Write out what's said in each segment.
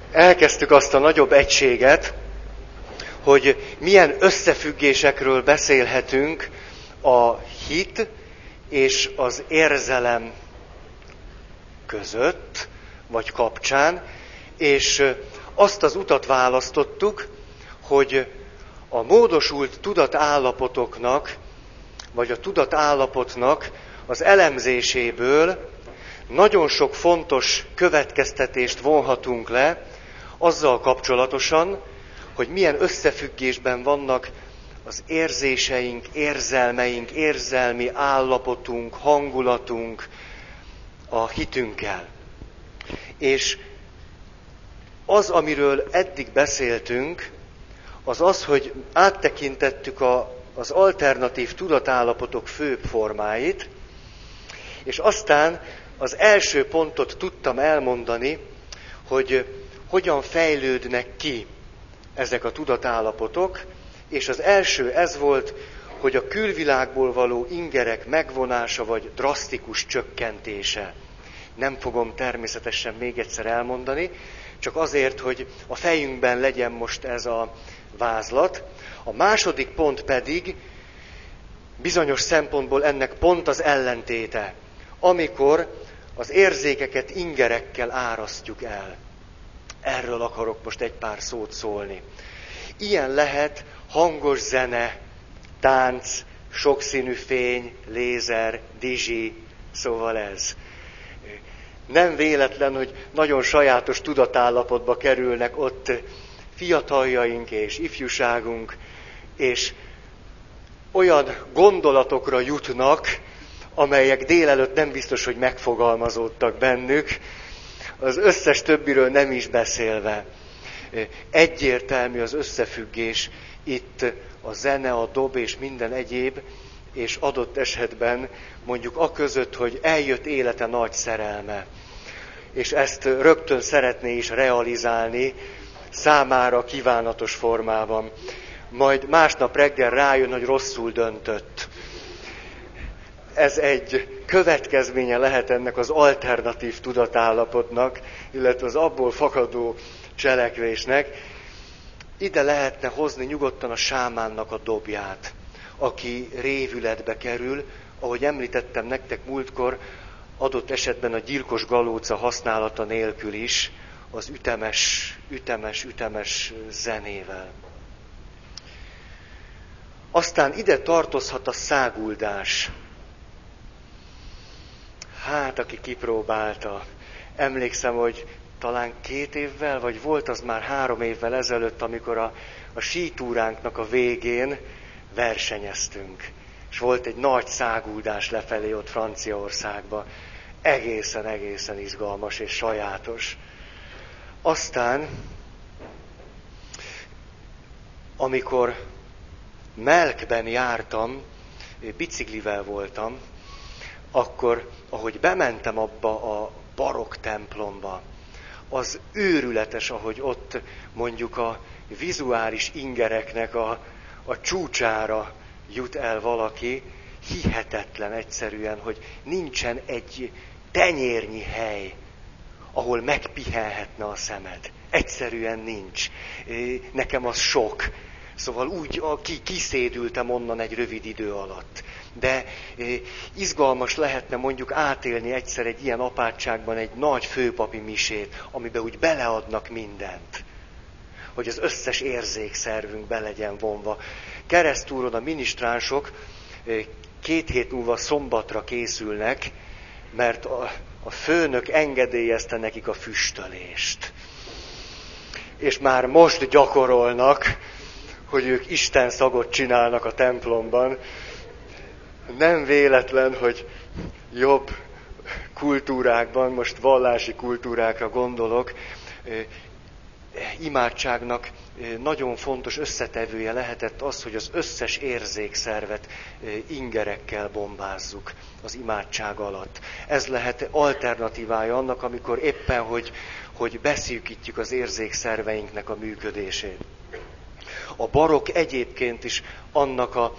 Elkezdtük azt a nagyobb egységet, hogy milyen összefüggésekről beszélhetünk a hit és az érzelem között, vagy kapcsán, és azt az utat választottuk, hogy a módosult tudatállapotoknak, vagy a tudatállapotnak az elemzéséből nagyon sok fontos következtetést vonhatunk le azzal kapcsolatosan, hogy milyen összefüggésben vannak az érzéseink, érzelmeink, érzelmi állapotunk, hangulatunk a hitünkkel. És az, amiről eddig beszéltünk, az az, hogy áttekintettük az alternatív tudatállapotok főbb formáit, és aztán az első pontot tudtam elmondani, hogy hogyan fejlődnek ki ezek a tudatállapotok, és az első ez volt, hogy a külvilágból való ingerek megvonása vagy drasztikus csökkentése. Nem fogom természetesen még egyszer elmondani, csak azért, hogy a fejünkben legyen most ez a vázlat. A második pont pedig bizonyos szempontból ennek pont az ellentéte, amikor az érzékeket ingerekkel árasztjuk el. Erről akarok most egy pár szót szólni. Ilyen lehet hangos zene, tánc, sokszínű fény, lézer, dizsi, szóval ez. Nem véletlen, hogy nagyon sajátos tudatállapotba kerülnek ott fiataljaink és ifjúságunk, és olyan gondolatokra jutnak, amelyek délelőtt nem biztos, hogy megfogalmazódtak bennük, az összes többiről nem is beszélve. Egyértelmű az összefüggés itt a zene, a dob és minden egyéb, és adott esetben mondjuk aközött, hogy eljött élete nagy szerelme. És ezt rögtön szeretné is realizálni számára kívánatos formában. Majd másnap reggel rájön, hogy rosszul döntött. Ez egy következménye lehet ennek az alternatív tudatállapotnak, illetve az abból fakadó cselekvésnek. Ide lehetne hozni nyugodtan a sámánnak a dobját, aki révületbe kerül, ahogy említettem nektek múltkor, adott esetben a gyilkos galóca használata nélkül is, az ütemes zenével. Aztán ide tartozhat a száguldás. Hát, aki kipróbálta. Emlékszem, hogy talán 2 évvel, vagy volt az már 3 évvel ezelőtt, amikor a sítúránknak a végén versenyeztünk. És volt egy nagy száguldás lefelé ott Franciaországba. Egészen izgalmas és sajátos. Aztán, amikor Melkben jártam, biciklivel voltam, akkor, ahogy bementem abba a barokk templomba, az őrületes, ahogy ott mondjuk a vizuális ingereknek a csúcsára jut el valaki, hihetetlen egyszerűen, hogy nincsen egy tenyérnyi hely, ahol megpihenhetne a szemed. Egyszerűen nincs. Nekem az sok. Szóval úgy kiszédültem onnan egy rövid idő alatt. De izgalmas lehetne mondjuk átélni egyszer egy ilyen apátságban egy nagy főpapi misét, amiben úgy beleadnak mindent. Hogy az összes érzékszervünk be legyen vonva. Keresztúron a minisztránsok 2 hét múlva szombatra készülnek, mert a főnök engedélyezte nekik a füstölést. És már most gyakorolnak, hogy ők Isten szagot csinálnak a templomban. Nem véletlen, hogy jobb kultúrákban, most vallási kultúrákra gondolok, imádságnak nagyon fontos összetevője lehetett az, hogy az összes érzékszervet ingerekkel bombázzuk az imádság alatt. Ez lehet alternatívája annak, amikor éppen, hogy beszűkítjük az érzékszerveinknek a működését. A barokk egyébként is annak a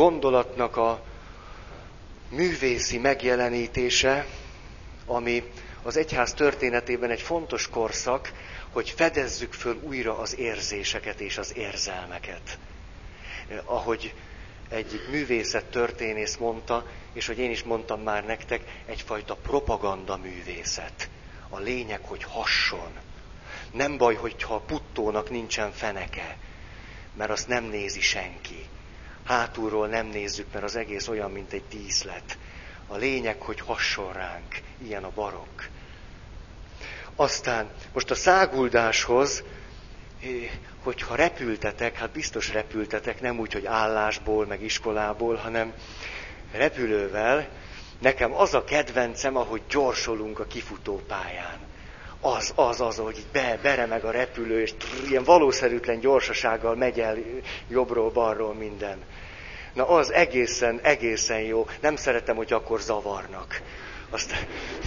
gondolatnak a művészi megjelenítése, ami az egyház történetében egy fontos korszak, hogy fedezzük föl újra az érzéseket és az érzelmeket. Ahogy egyik művészettörténész mondta, és hogy én is mondtam már nektek, egyfajta propaganda művészet. A lényeg, hogy hasson. Nem baj, hogyha a puttónak nincsen feneke, mert azt nem nézi senki. Hátulról nem nézzük, mert az egész olyan, mint egy díszlet. A lényeg, hogy hasson ránk. Ilyen a barokk. Aztán most a száguldáshoz, hogyha repültetek, hát biztos repültetek, nem úgy, hogy állásból, meg iskolából, hanem repülővel. Nekem az a kedvencem, ahogy gyorsolunk a kifutópályán. Az, hogy így beremeg a repülő, és ilyen valószerűtlen gyorsasággal megy el jobbról, balról minden. Na az egészen jó. Nem szeretem, hogy akkor zavarnak. Aztán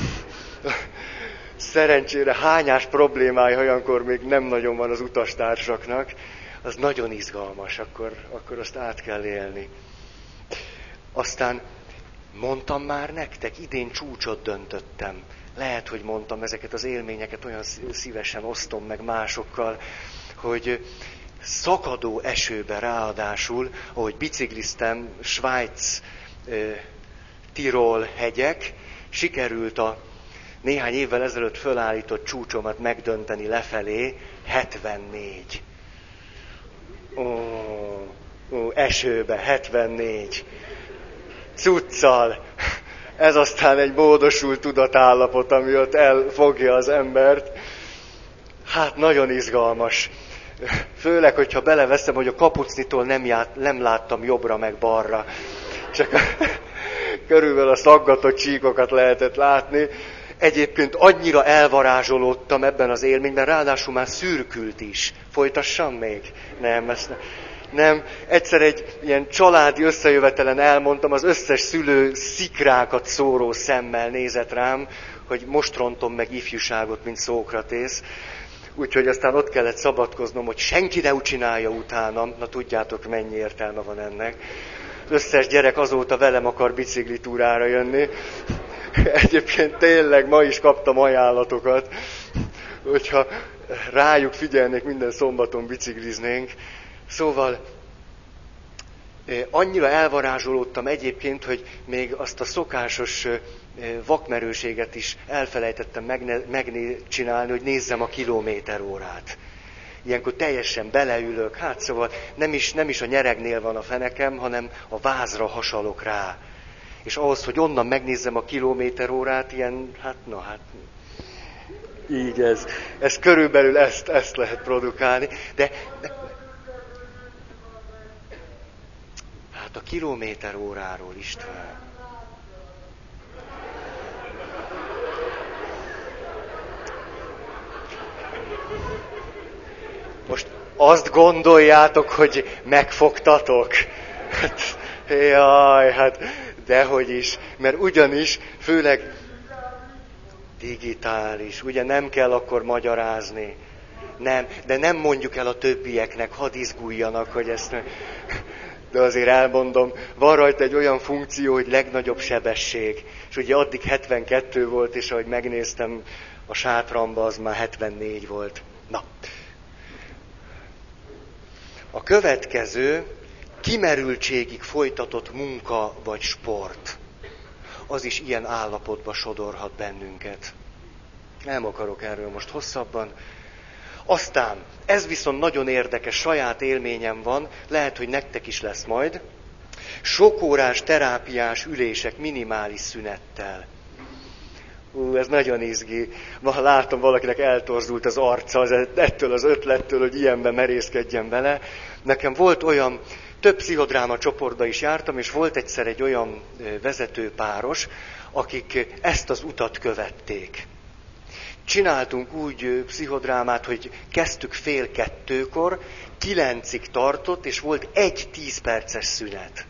szerencsére hányás problémája olyankor még nem nagyon van az utastársaknak. Az nagyon izgalmas, akkor azt át kell élni. Aztán mondtam már nektek, idén csúcsot döntöttem. Lehet, hogy mondtam ezeket az élményeket, olyan szívesen osztom meg másokkal, hogy szakadó esőbe ráadásul, ahogy bicikliztem, Svájc, Tirol hegyek, sikerült a néhány évvel ezelőtt fölállított csúcsomat megdönteni lefelé, 74. Esőbe, 74. Cuccal. Ez aztán egy módosult tudatállapot, ami ott elfogja az embert. Hát nagyon izgalmas. Főleg, hogyha beleveszem, hogy a kapucnitól nem láttam jobbra meg balra. Csak körülbelül a szaggatott csíkokat lehetett látni. Egyébként annyira elvarázsolódtam ebben az élményben, ráadásul már szürkült is. Folytassam még? Nem. Egyszer egy ilyen családi összejövetelen elmondtam, az összes szülő szikrákat szóró szemmel nézett rám, hogy most rontom meg ifjúságot, mint Szókratész. Úgyhogy aztán ott kellett szabadkoznom, hogy senki ne csinálja utánam. Na tudjátok, mennyi értelme van ennek. Az összes gyerek azóta velem akar biciklitúrára jönni. Egyébként tényleg ma is kaptam ajánlatokat, hogyha rájuk figyelnék, minden szombaton bicikliznénk. Szóval annyira elvarázsolódtam egyébként, hogy még azt a szokásos vakmerőséget is elfelejtettem megcsinálni, hogy nézzem a kilométerórát. Ilyenkor teljesen beleülök, hát szóval nem is a nyeregnél van a fenekem, hanem a vázra hasalok rá. És ahhoz, hogy onnan megnézzem a kilométerórát, ilyen, így ez körülbelül ezt lehet produkálni. De hát a kilométeróráról, István. Most azt gondoljátok, hogy megfogtatok? Hát dehogy is, mert ugyanis, főleg digitális, ugye nem kell akkor magyarázni. Nem, de nem mondjuk el a többieknek, hadd izguljanak, hogy ezt... De azért elmondom, van rajta egy olyan funkció, hogy legnagyobb sebesség. És ugye addig 72 volt, és ahogy megnéztem a sátramba, az már 74 volt. Na. A következő, kimerültségig folytatott munka vagy sport. Az is ilyen állapotba sodorhat bennünket. Nem akarok erről most hosszabban. Aztán, ez viszont nagyon érdekes, saját élményem van, lehet, hogy nektek is lesz majd. Sokórás terápiás ülések minimális szünettel. Ez nagyon izgi. Ma látom, valakinek eltorzult az arca ettől az ötlettől, hogy ilyenben merészkedjen vele. Nekem volt olyan, több pszichodráma csoportba is jártam, és volt egyszer egy olyan vezetőpáros, akik ezt az utat követték. Csináltunk úgy pszichodrámát, hogy kezdtük 1:30, 9-ig tartott, és volt egy 10 perces szünet.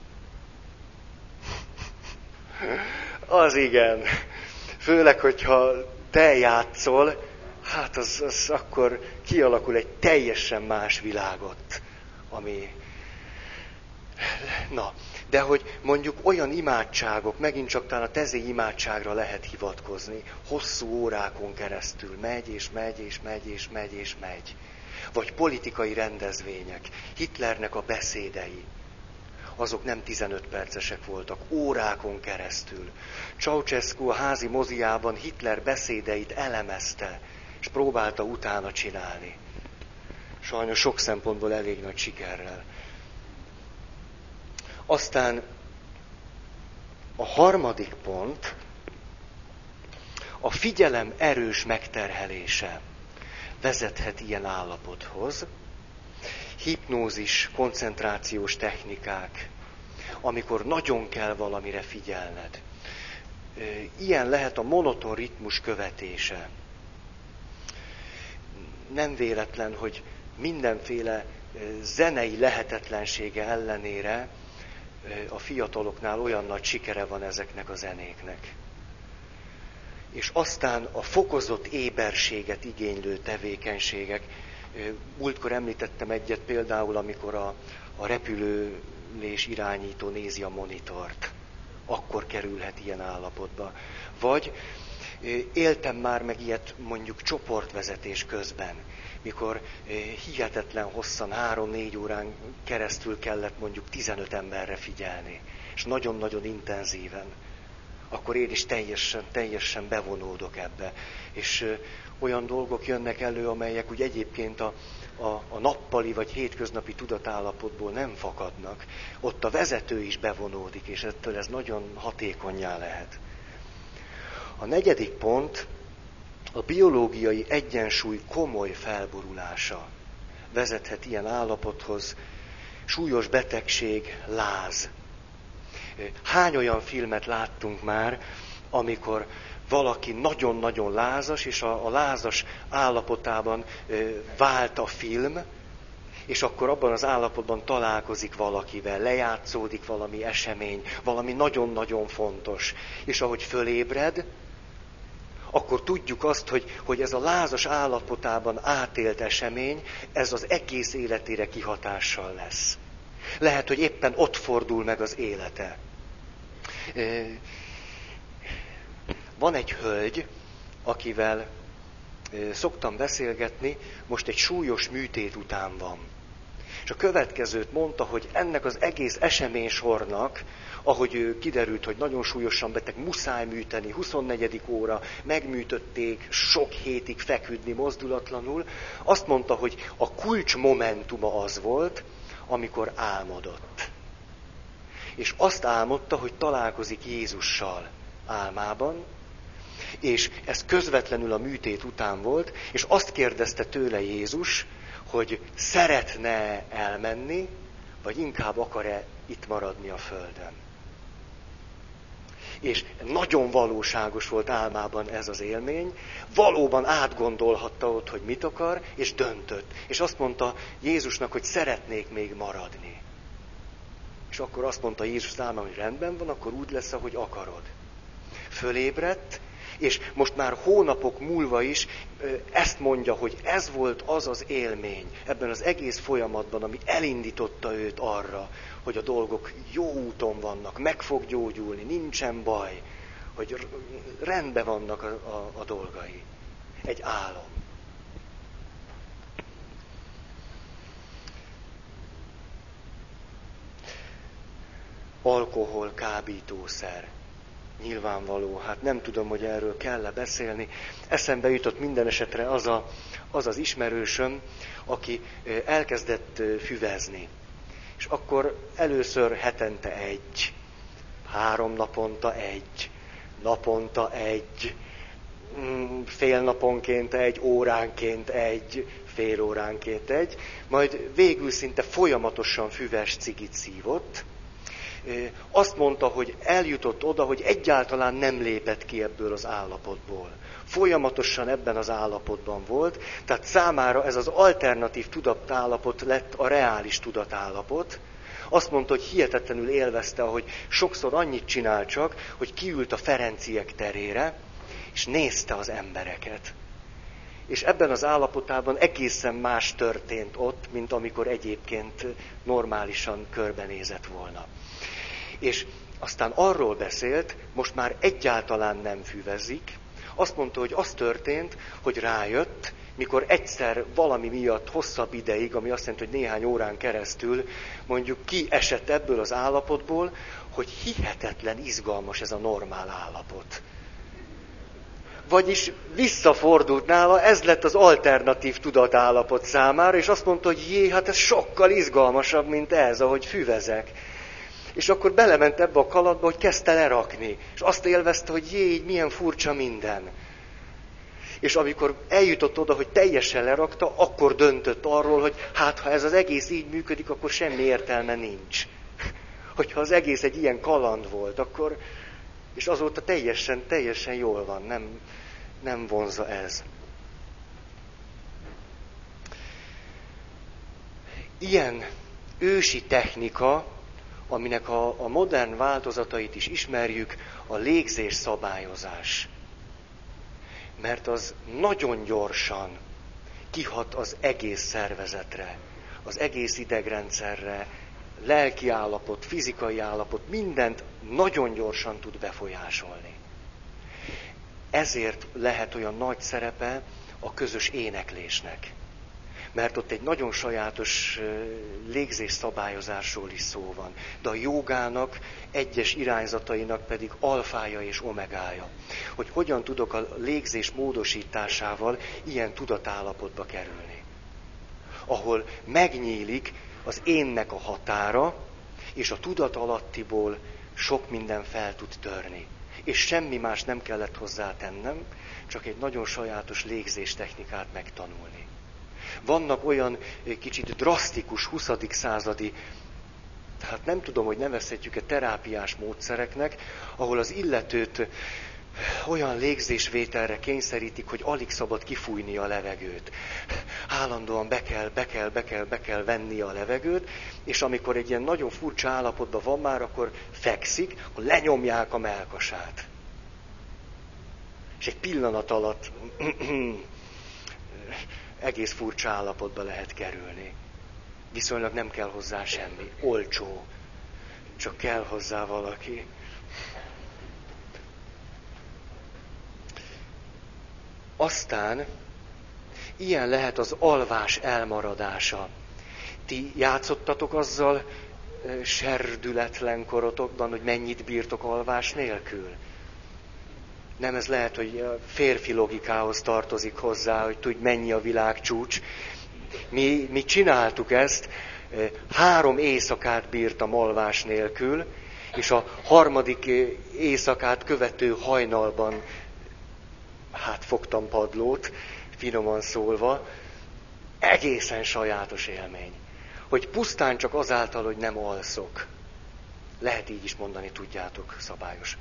Az igen. Főleg, hogyha te játszol, hát az akkor kialakul egy teljesen más világot, ami... Na, De hogy mondjuk olyan imádságok, megint csak talán a tezé imádságra lehet hivatkozni, hosszú órákon keresztül megy, és megy, és megy, és megy, és megy. Vagy politikai rendezvények, Hitlernek a beszédei, azok nem 15 percesek voltak, órákon keresztül. Ceausescu a házi moziában Hitler beszédeit elemezte, és próbálta utána csinálni. Sajnos sok szempontból elég nagy sikerrel. Aztán a harmadik pont, a figyelem erős megterhelése vezethet ilyen állapothoz. Hipnózis, koncentrációs technikák, amikor nagyon kell valamire figyelned. Ilyen lehet a monoton ritmus követése. Nem véletlen, hogy mindenféle zenei lehetetlensége ellenére a fiataloknál olyan nagy sikere van ezeknek a zenéknek. És aztán a fokozott éberséget igénylő tevékenységek. Múltkor említettem egyet például, amikor a repülés irányító nézi a monitort. Akkor kerülhet ilyen állapotba. Vagy éltem már meg ilyet mondjuk csoportvezetés közben, mikor hihetetlen hosszan, 3-4 órán keresztül kellett mondjuk 15 emberre figyelni, és nagyon-nagyon intenzíven. Akkor én is teljesen bevonódok ebbe. És olyan dolgok jönnek elő, amelyek úgy egyébként a nappali vagy hétköznapi tudatállapotból nem fakadnak. Ott a vezető is bevonódik, és ettől ez nagyon hatékonnyá lehet. A negyedik pont, a biológiai egyensúly komoly felborulása vezethet ilyen állapothoz. Súlyos betegség, láz. Hány olyan filmet láttunk már, amikor valaki nagyon-nagyon lázas, és a lázas állapotában vált a film, és akkor abban az állapotban találkozik valakivel, lejátszódik valami esemény, valami nagyon-nagyon fontos. És ahogy fölébred, akkor tudjuk azt, hogy ez a lázas állapotában átélt esemény, ez az egész életére kihatással lesz. Lehet, hogy éppen ott fordul meg az élete. Van egy hölgy, akivel szoktam beszélgetni, most egy súlyos műtét után van. És a következőt mondta, hogy ennek az egész eseménysornak, ahogy kiderült, hogy nagyon súlyosan beteg, muszáj műteni, 24. óra, megműtötték, sok hétig feküdni mozdulatlanul, azt mondta, hogy a kulcs momentuma az volt, amikor álmodott. És azt álmodta, hogy találkozik Jézussal álmában, és ez közvetlenül a műtét után volt, és azt kérdezte tőle Jézus, hogy szeretne elmenni, vagy inkább akar-e itt maradni a földön. És nagyon valóságos volt álmában ez az élmény, valóban átgondolhatta ott, hogy mit akar, és döntött. És azt mondta Jézusnak, hogy szeretnék még maradni. És akkor azt mondta Jézus álmában, hogy rendben van, akkor úgy lesz, ahogy akarod. Fölébredt, és most már hónapok múlva is ezt mondja, hogy ez volt az az élmény ebben az egész folyamatban, ami elindította őt arra, hogy a dolgok jó úton vannak, meg fog gyógyulni, nincsen baj, hogy rendben vannak a dolgai. Egy álom. Alkohol, kábítószer. Nyilvánvaló, hát nem tudom, hogy erről kell-e beszélni. Eszembe jutott minden esetre az az ismerősöm, aki elkezdett füvezni. És akkor először hetente 1, 3 naponta 1, naponta 1, fél naponként 1, óránként 1, fél óránként 1, majd végül szinte folyamatosan füves cigit szívott. Azt mondta, hogy eljutott oda, hogy egyáltalán nem lépett ki ebből az állapotból. Folyamatosan ebben az állapotban volt, tehát számára ez az alternatív tudatállapot lett a reális tudatállapot. Azt mondta, hogy hihetetlenül élvezte, hogy sokszor annyit csinál csak, hogy kiült a Ferenciek terére, és nézte az embereket. És ebben az állapotában egészen más történt ott, mint amikor egyébként normálisan körbenézett volna. És aztán arról beszélt, most már egyáltalán nem füvezik. Azt mondta, hogy az történt, hogy rájött, mikor egyszer valami miatt hosszabb ideig, ami azt jelenti, hogy néhány órán keresztül, mondjuk kiesett ebből az állapotból, hogy hihetetlen izgalmas ez a normál állapot. Vagyis visszafordult nála, ez lett az alternatív tudatállapot számára, és azt mondta, hogy jé, hát ez sokkal izgalmasabb, mint ez, ahogy füvezek. És akkor belement ebbe a kalandba, hogy kezdte lerakni. És azt élvezte, hogy jé, milyen furcsa minden. És amikor eljutott oda, hogy teljesen lerakta, akkor döntött arról, hogy hát ha ez az egész így működik, akkor semmi értelme nincs. Hogyha az egész egy ilyen kaland volt, akkor... És azóta teljesen jól van, nem vonza ez. Ilyen ősi technika, aminek a modern változatait is ismerjük, a légzés szabályozás. Mert az nagyon gyorsan kihat az egész szervezetre, az egész idegrendszerre, lelki állapot, fizikai állapot, mindent nagyon gyorsan tud befolyásolni. Ezért lehet olyan nagy szerepe a közös éneklésnek. Mert ott egy nagyon sajátos légzés szabályozásról is szó van. De a jógának egyes irányzatainak pedig alfája és omegája. Hogy hogyan tudok a légzés módosításával ilyen tudatállapotba kerülni. Ahol megnyílik az énnek a határa, és a tudat alattiból sok minden fel tud törni. És semmi más nem kellett hozzá tennem, csak egy nagyon sajátos légzés technikát megtanulni. Vannak olyan kicsit drasztikus 20. századi, hát nem tudom, hogy nevezhetjük-e terápiás módszereknek, ahol az illetőt olyan légzésvételre kényszerítik, hogy alig szabad kifújni a levegőt. Állandóan be kell venni a levegőt, és amikor egy ilyen nagyon furcsa állapotban van már, akkor fekszik, akkor lenyomják a mellkasát. És egy pillanat alatt egész furcsa állapotba lehet kerülni. Viszonylag nem kell hozzá semmi. Olcsó. Csak kell hozzá valaki. Aztán ilyen lehet az alvás elmaradása. Ti játszottatok azzal serdületlen korotokban, hogy mennyit bírtok alvás nélkül? Nem, ez lehet, hogy a férfi logikához tartozik hozzá, hogy tudj, mennyi a világcsúcs. Mi csináltuk ezt, 3 éjszakát bírtam alvás nélkül, és a 3. éjszakát követő hajnalban fogtam padlót, finoman szólva. Egészen sajátos élmény. Hogy pusztán csak azáltal, hogy nem alszok. Lehet így is mondani, tudjátok, szabályos.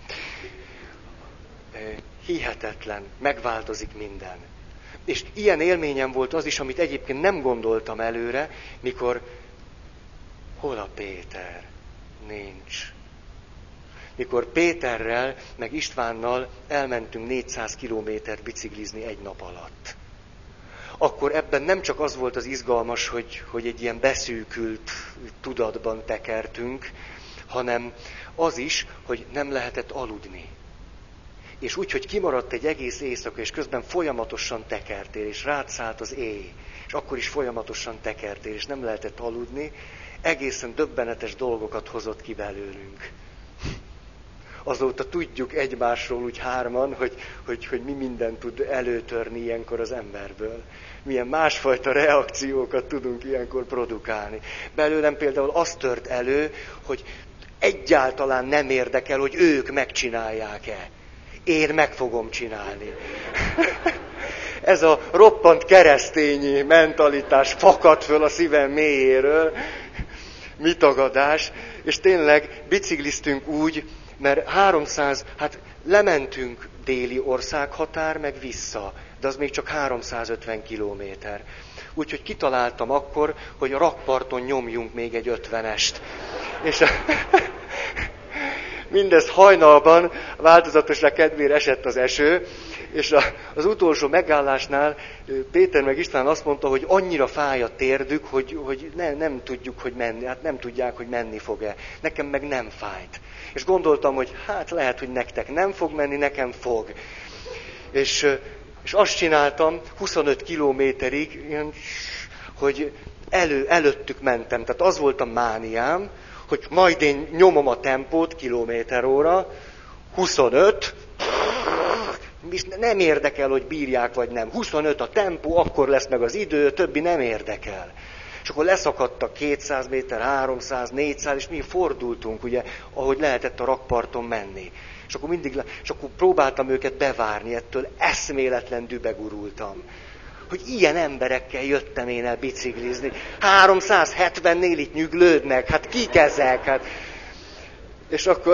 Hihetetlen, megváltozik minden. És ilyen élményem volt az is, amit egyébként nem gondoltam előre, mikor hol a Péter? Nincs. Mikor Péterrel, meg Istvánnal elmentünk 400 kilométert biciklizni egy nap alatt. Akkor ebben nem csak az volt az izgalmas, hogy egy ilyen beszűkült tudatban tekertünk, hanem az is, hogy nem lehetett aludni. És úgy, hogy kimaradt egy egész éjszaka, és közben folyamatosan tekertél, és rád szállt az éj, és akkor is folyamatosan tekertél, és nem lehetett aludni, egészen döbbenetes dolgokat hozott ki belőlünk. Azóta tudjuk egymásról úgy 3-an, hogy mi mindent tud előtörni ilyenkor az emberből. Milyen másfajta reakciókat tudunk ilyenkor produkálni. Belőlem például az tört elő, hogy egyáltalán nem érdekel, hogy ők megcsinálják-e. Én meg fogom csinálni. Ez a roppant keresztényi mentalitás fakad föl a szívem mélyéről. Mi tagadás. És tényleg bicikliztünk úgy, mert 300, lementünk déli országhatár, meg vissza, de az még csak 350 kilométer. Úgyhogy kitaláltam akkor, hogy a rakparton nyomjunk még egy 50-est. És mindez hajnalban változatosra kedvére esett az eső, És az utolsó megállásnál Péter meg István azt mondta, hogy annyira fáj a térdük, hogy nem tudjuk, hogy menni, hát nem tudják, hogy menni fog-e. Nekem meg nem fájt. És gondoltam, hogy hát lehet, hogy nektek nem fog menni, nekem fog. És azt csináltam 25 kilométerig, hogy előttük mentem. Tehát az volt a mániám, hogy majd én nyomom a tempót kilométer-óra, 25, és nem érdekel, hogy bírják vagy nem. 25 a tempó, akkor lesz meg az idő, a többi nem érdekel. És akkor leszakadtak 200 méter, 300, 400, és mi fordultunk, ugye, ahogy lehetett a rakparton menni. És akkor próbáltam őket bevárni, ettől eszméletlen dübegurultam. Hogy ilyen emberekkel jöttem én el biciklizni. 370-nél itt nyüglődnek, hát kik ezek? Hát. És akkor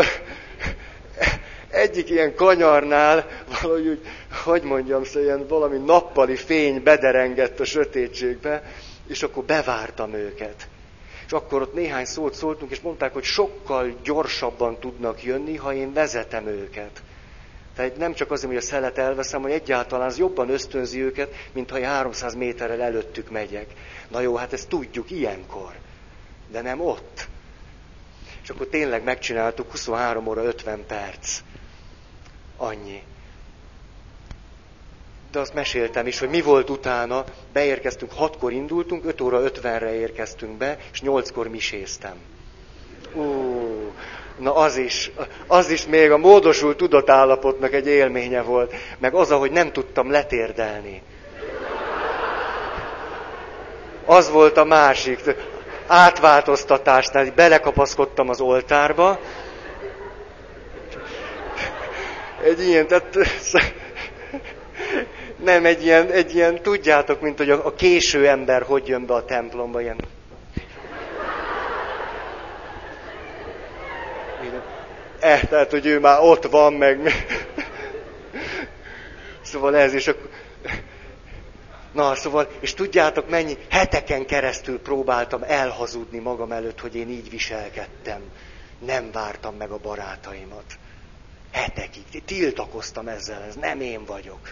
egyik ilyen kanyarnál valahogy, hogy mondjam, szóval ilyen valami nappali fény bederengett a sötétségbe, és akkor bevártam őket. És akkor ott néhány szót szóltunk, és mondták, hogy sokkal gyorsabban tudnak jönni, ha én vezetem őket. Tehát nem csak azért, hogy a szelet elveszem, hogy egyáltalán az jobban ösztönzi őket, mint ha én 300 méterrel előttük megyek. Na jó, hát ezt tudjuk ilyenkor, de nem ott. És akkor tényleg megcsináltuk 23 óra 50 perc. Annyi. De azt meséltem is, hogy mi volt utána. Beérkeztünk, 6-kor indultunk, 5 óra 50-re érkeztünk be, és 8-kor miséztem. Na az is még a módosult tudatállapotnak egy élménye volt. Meg az, ahogy nem tudtam letérdelni. Az volt a másik. Átváltoztatásnál belekapaszkodtam az oltárba. Egy ilyen, tehát... Nem, egy ilyen, tudjátok, mint hogy a késő ember hogy jön be a templomba, ilyen... Tehát, hogy ő már ott van, meg... Szóval ez is... Na, szóval, és tudjátok mennyi? Heteken keresztül próbáltam elhazudni magam előtt, hogy én így viselkedtem. Nem vártam meg a barátaimat. Hetekig. Tiltakoztam ezzel, ez nem én vagyok.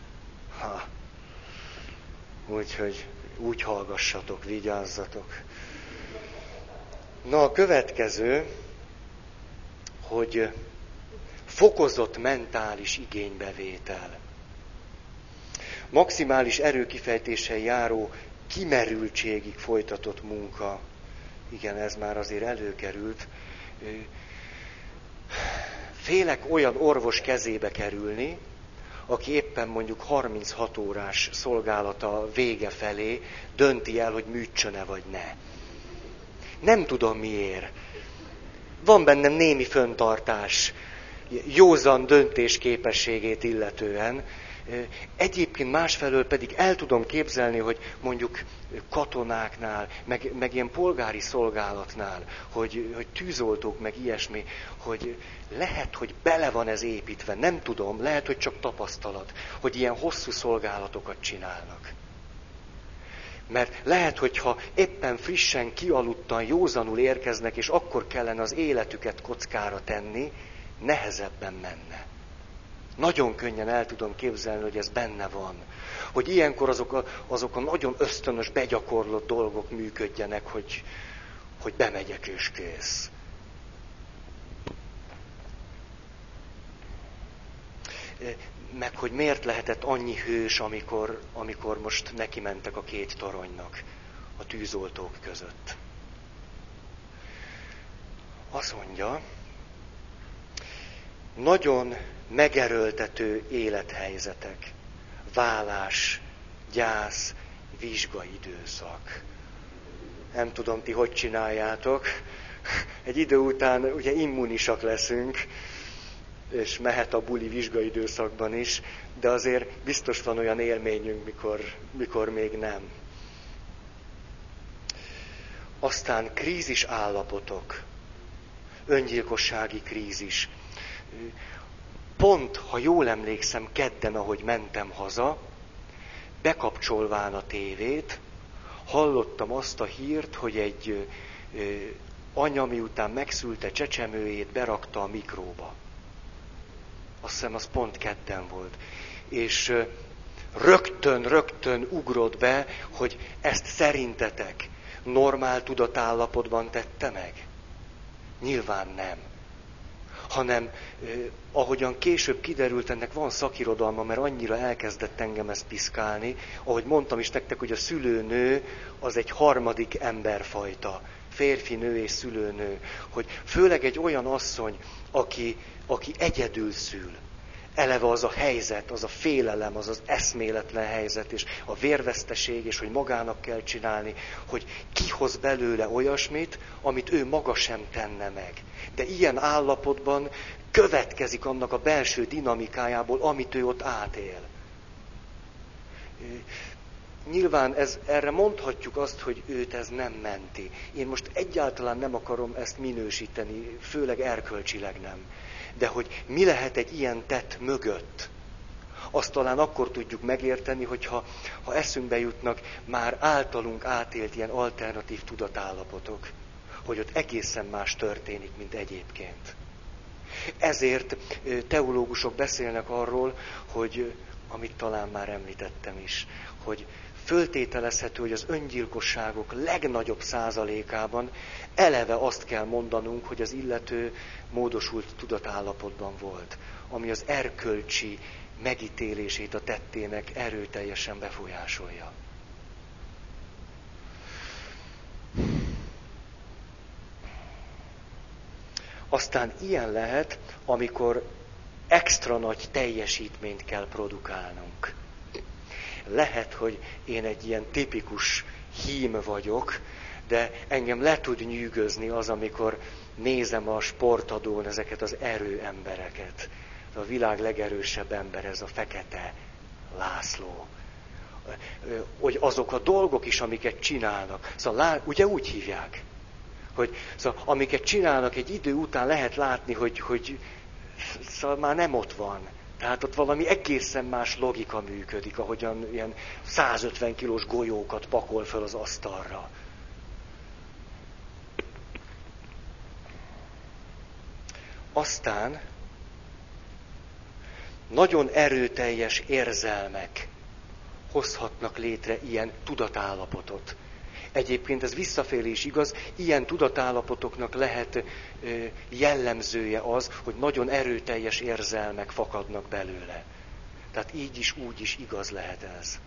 Úgyhogy úgy hallgassatok, vigyázzatok. Na, a következő, hogy fokozott mentális igénybevétel. Maximális erőkifejtéssel járó kimerültségig folytatott munka. Igen, ez már azért előkerült. Félek olyan orvos kezébe kerülni, aki éppen mondjuk 36 órás szolgálata vége felé dönti el, hogy műtsön-e vagy ne. Nem tudom miért. Van bennem némi fenntartás, józan döntés képességét illetően. Egyébként másfelől pedig el tudom képzelni, hogy mondjuk katonáknál, meg ilyen polgári szolgálatnál, hogy tűzoltók, meg ilyesmi, hogy lehet, hogy bele van ez építve, nem tudom, lehet, hogy csak tapasztalat, hogy ilyen hosszú szolgálatokat csinálnak. Mert lehet, hogyha éppen frissen, kialudtan, józanul érkeznek, és akkor kellene az életüket kockára tenni, nehezebben menne. Nagyon könnyen el tudom képzelni, hogy ez benne van. Hogy ilyenkor azok a nagyon ösztönös, begyakorlott dolgok működjenek, hogy bemegyek és kész. Meg hogy miért lehetett annyi hős, amikor most neki mentek a két toronynak a tűzoltók között. Azt mondja, nagyon megerőltető élethelyzetek, válás, gyász, vizsgaidőszak. Nem tudom, ti hogy csináljátok. Egy idő után ugye immunisak leszünk, és mehet a buli vizsgaidőszakban is, de azért biztos van olyan élményünk, mikor még nem. Aztán krízis állapotok, öngyilkossági krízis. Pont, ha jól emlékszem, kedden, ahogy mentem haza, bekapcsolván a tévét, hallottam azt a hírt, hogy egy anya, miután megszülte csecsemőjét, berakta a mikróba. Azt hiszem, az pont kedden volt. és rögtön ugrott be, hogy ezt szerintetek normál tudatállapotban tette meg? Nyilván nem. Hanem, ahogyan később kiderült, ennek van szakirodalma, mert annyira elkezdett engem ezt piszkálni, ahogy mondtam is nektek, hogy a szülőnő az egy harmadik emberfajta. Férfi, nő és szülőnő. Hogy főleg egy olyan asszony, aki egyedül szül. Eleve az a helyzet, az a félelem, az az eszméletlen helyzet, és a vérveszteség, és hogy magának kell csinálni, hogy kihoz belőle olyasmit, amit ő maga sem tenne meg. De ilyen állapotban következik annak a belső dinamikájából, amit ő ott átél. Nyilván erre mondhatjuk azt, hogy őt ez nem menti. Én most egyáltalán nem akarom ezt minősíteni, főleg erkölcsileg nem. De hogy mi lehet egy ilyen tett mögött, azt talán akkor tudjuk megérteni, hogyha eszünkbe jutnak már általunk átélt ilyen alternatív tudatállapotok, hogy ott egészen más történik, mint egyébként. Ezért teológusok beszélnek arról, hogy, amit talán már említettem is, hogy föltételezhető, hogy az öngyilkosságok legnagyobb százalékában eleve azt kell mondanunk, hogy az illető módosult tudatállapotban volt, ami az erkölcsi megítélését a tettének erőteljesen befolyásolja. Aztán ilyen lehet, amikor extra nagy teljesítményt kell produkálnunk. Lehet, hogy én egy ilyen tipikus hím vagyok, de engem le tud nyűgözni az, amikor nézem a sportadón ezeket az erőembereket. A világ legerősebb ember, ez a Fekete László. Hogy azok a dolgok is, amiket csinálnak. Szóval ugye úgy hívják, hogy szóval, amiket csinálnak, egy idő után lehet látni, hogy szóval már nem ott van. Tehát ott valami egészen más logika működik, ahogyan ilyen 150 kilós golyókat pakol föl az asztalra. Aztán nagyon erőteljes érzelmek hozhatnak létre ilyen tudatállapotot. Egyébként ez visszafelé is igaz, ilyen tudatállapotoknak lehet jellemzője az, hogy nagyon erőteljes érzelmek fakadnak belőle. Tehát így is, úgy is igaz lehet ez.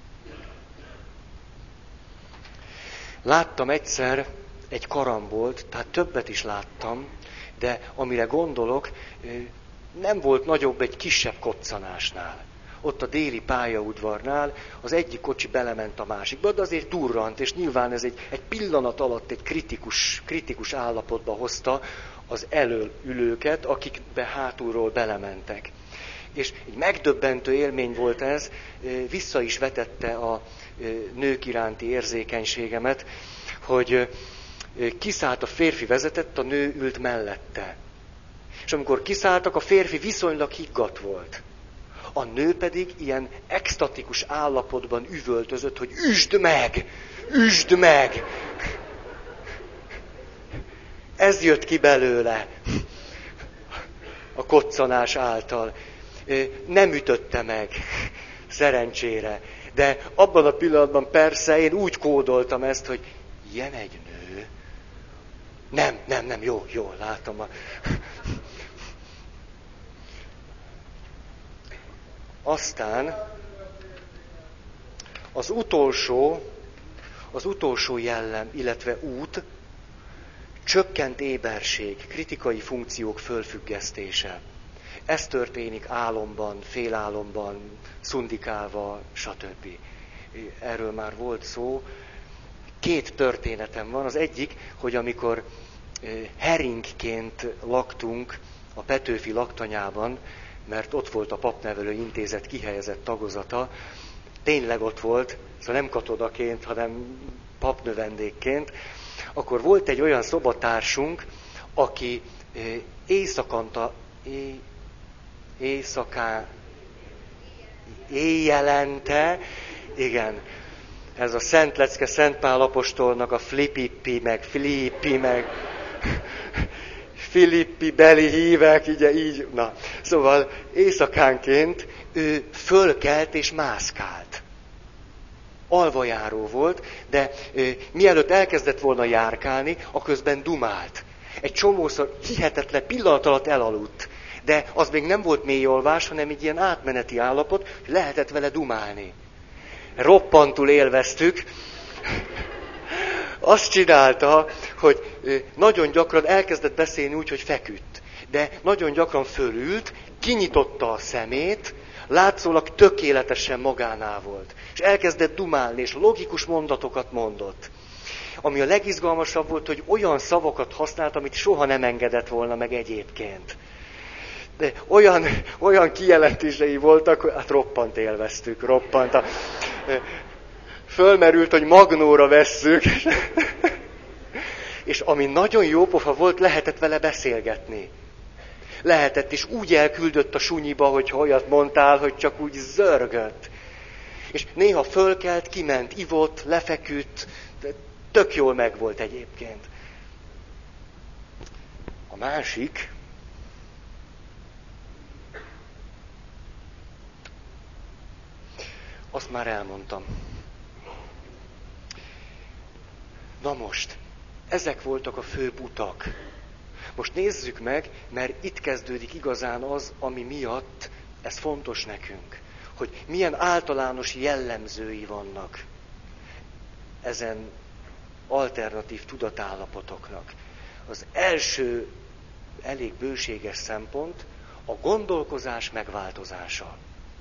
Láttam egyszer egy karambolt, tehát többet is láttam, de amire gondolok, nem volt nagyobb egy kisebb koccanásnál. Ott a déli pályaudvarnál az egyik kocsi belement a másikba, de azért durrant, és nyilván ez egy pillanat alatt egy kritikus állapotba hozta az elől ülőket, akikbe hátulról belementek. És egy megdöbbentő élmény volt ez, vissza is vetette a nők iránti érzékenységemet, hogy kiszállt a férfi vezetett, a nő ült mellette. És amikor kiszálltak, a férfi viszonylag higgadt volt. A nő pedig ilyen extatikus állapotban üvöltözött, hogy üsd meg! Üsd meg! Ez jött ki belőle a koccanás által. Nem ütötte meg, szerencsére. De abban a pillanatban persze én úgy kódoltam ezt, hogy ilyen egy nő. Nem, jó, látom. Aztán az utolsó jellem, illetve út, csökkent éberség, kritikai funkciók fölfüggesztése. Ez történik álomban, félálomban, szundikálva, stb. Erről már volt szó. 2 történetem van. Az egyik, hogy amikor heringként laktunk a Petőfi laktanyában, mert ott volt a Papnevelő Intézet kihelyezett tagozata, tényleg ott volt, szóval nem katonaként, hanem papnövendékként, akkor volt egy olyan szobatársunk, aki éjjelente, igen, ez a Szent Lecke, Szent Pál apostolnak a Flippi, meg Filippi beli hívek, ugye így, na. Szóval éjszakánként ő fölkelt és mászkált. Alvajáró volt, de mielőtt elkezdett volna járkálni, aközben dumált. Egy csomószor hihetetlen pillanat alatt elaludt. De az még nem volt mély alvás, hanem egy ilyen átmeneti állapot, hogy lehetett vele dumálni. Roppantul élveztük. Azt csinálta, hogy nagyon gyakran elkezdett beszélni úgy, hogy feküdt. De nagyon gyakran fölült, kinyitotta a szemét, látszólag tökéletesen magánál volt. És elkezdett dumálni, és logikus mondatokat mondott. Ami a legizgalmasabb volt, hogy olyan szavakat használt, amit soha nem engedett volna meg egyébként. De olyan kijelentései voltak, hogy hát roppant élveztük, roppant. Fölmerült, hogy magnóra vesszük. És ami nagyon jó pofa volt, lehetett vele beszélgetni. Lehetett, és úgy elküldött a sunyiba, hogyha olyat mondtál, hogy csak úgy zörgött. És néha fölkelt, kiment, ivott, lefeküdt, tök jól megvolt egyébként. A másik, azt már elmondtam. Na most, ezek voltak a főbb utak. Most nézzük meg, mert itt kezdődik igazán az, ami miatt ez fontos nekünk. Hogy milyen általános jellemzői vannak ezen alternatív tudatállapotoknak. Az első elég bőséges szempont a gondolkozás megváltozása.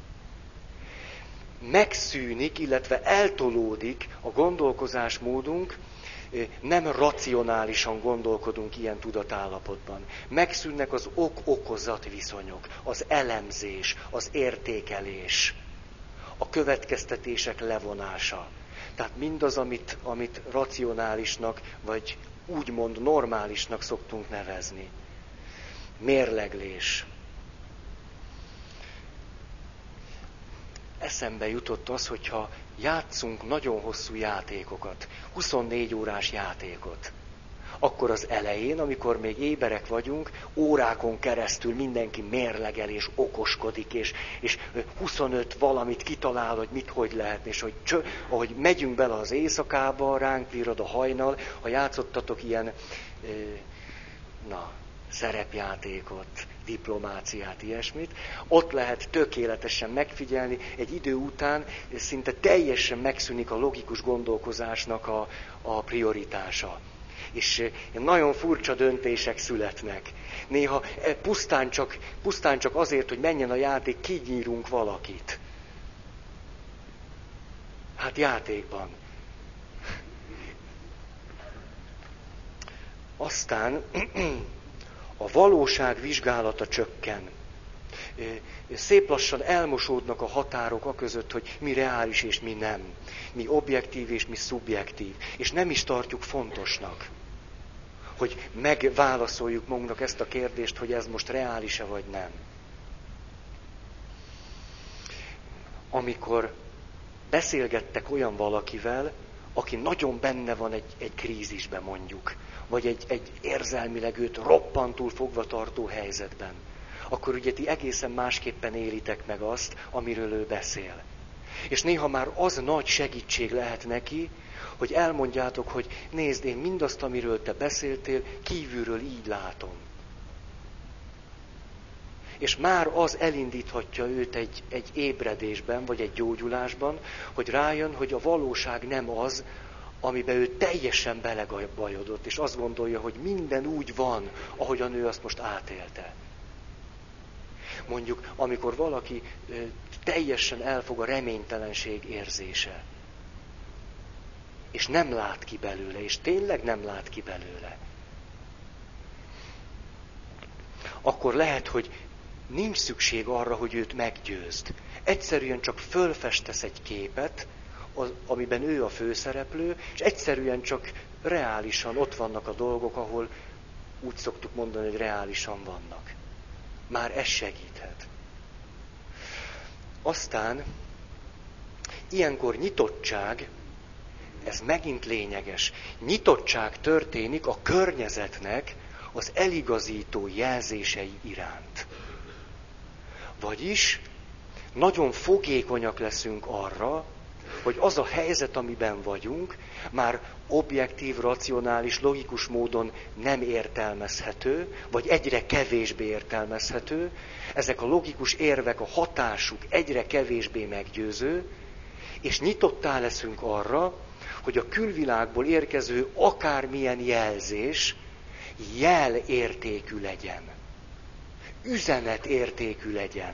Megszűnik, illetve eltolódik a gondolkozásmódunk, nem racionálisan gondolkodunk ilyen tudatállapotban. Megszűnnek az ok-okozat viszonyok, az elemzés, az értékelés, a következtetések levonása. Tehát mindaz, amit racionálisnak, vagy úgymond normálisnak szoktunk nevezni. Mérleglés. Eszembe jutott az, hogyha játszunk nagyon hosszú játékokat, 24 órás játékot, akkor az elején, amikor még éberek vagyunk, órákon keresztül mindenki mérlegel és okoskodik, és 25 valamit kitalál, hogy mit, hogy lehet, és ahogy megyünk bele az éjszakába, ránk virrad a hajnal, ha játszottatok ilyen, szerepjátékot, diplomáciát, ilyesmit, ott lehet tökéletesen megfigyelni, egy idő után szinte teljesen megszűnik a logikus gondolkozásnak a prioritása. És nagyon furcsa döntések születnek. Néha pusztán csak azért, hogy menjen a játék, kinyírunk valakit. Hát játékban. Aztán a valóság vizsgálata csökken. Szép lassan elmosódnak a határok aközött, hogy mi reális és mi nem. Mi objektív és mi szubjektív. És nem is tartjuk fontosnak, hogy megválaszoljuk magunknak ezt a kérdést, hogy ez most reális-e vagy nem. Amikor beszélgettek olyan valakivel, aki nagyon benne van egy krízisben mondjuk, vagy egy érzelmileg őt roppantul fogva tartó helyzetben, akkor ugye ti egészen másképpen élitek meg azt, amiről ő beszél. És néha már az nagy segítség lehet neki, hogy elmondjátok, hogy nézd, én mindazt, amiről te beszéltél, kívülről így látom. És már az elindíthatja őt egy ébredésben, vagy egy gyógyulásban, hogy rájön, hogy a valóság nem az, amiben ő teljesen belegabajodott, és azt gondolja, hogy minden úgy van, ahogyan ő azt most átélte. Mondjuk, amikor valaki teljesen elfog a reménytelenség érzése, és nem lát ki belőle, és tényleg nem lát ki belőle, akkor lehet, hogy nincs szükség arra, hogy őt meggyőzd. Egyszerűen csak fölfestesz egy képet, amiben ő a főszereplő, és egyszerűen csak reálisan ott vannak a dolgok, ahol úgy szoktuk mondani, hogy reálisan vannak. Már ez segíthet. Aztán ilyenkor nyitottság, ez megint lényeges, nyitottság történik a környezetnek az eligazító jelzései iránt. Vagyis nagyon fogékonyak leszünk arra, hogy az a helyzet, amiben vagyunk, már objektív, racionális, logikus módon nem értelmezhető, vagy egyre kevésbé értelmezhető, ezek a logikus érvek, a hatásuk egyre kevésbé meggyőző, és nyitottá leszünk arra, hogy a külvilágból érkező akármilyen jelzés jelértékű legyen, üzenetértékű legyen.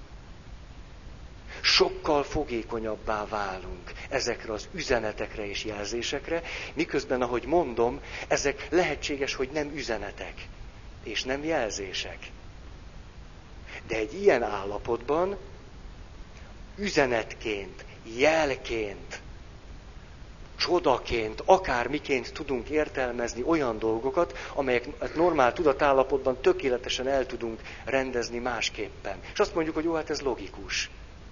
Sokkal fogékonyabbá válunk ezekre az üzenetekre és jelzésekre, miközben, ahogy mondom, ezek lehetséges, hogy nem üzenetek, és nem jelzések. De egy ilyen állapotban üzenetként, jelként, csodaként, akármiként tudunk értelmezni olyan dolgokat, amelyek normál tudatállapotban tökéletesen el tudunk rendezni másképpen. És azt mondjuk, hogy jó, hát ez logikus.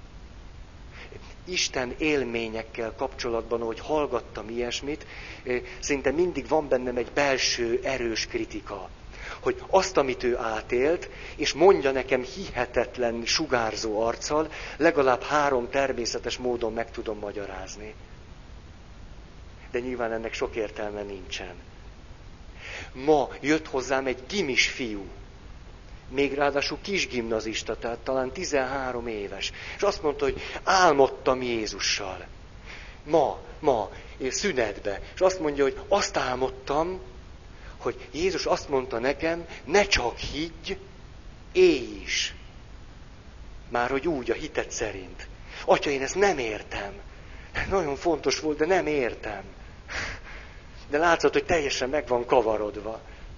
Isten élményekkel kapcsolatban, ahogy hallgattam ilyesmit, szinte mindig van bennem egy belső, erős kritika. Hogy azt, amit ő átélt, és mondja nekem hihetetlen, sugárzó arccal, legalább 3 természetes módon meg tudom magyarázni. De nyilván ennek sok értelme nincsen. Ma jött hozzám egy gimis fiú, még ráadásul kisgimnazista, tehát talán 13 éves. És azt mondta, hogy álmodtam Jézussal. Ma, szünetbe. És azt mondja, hogy azt álmodtam, hogy Jézus azt mondta nekem, ne csak higgy, élj is. Már hogy úgy a hited szerint. Atya, én ezt nem értem. Nagyon fontos volt, de nem értem. De látszott, hogy teljesen meg van kavarodva.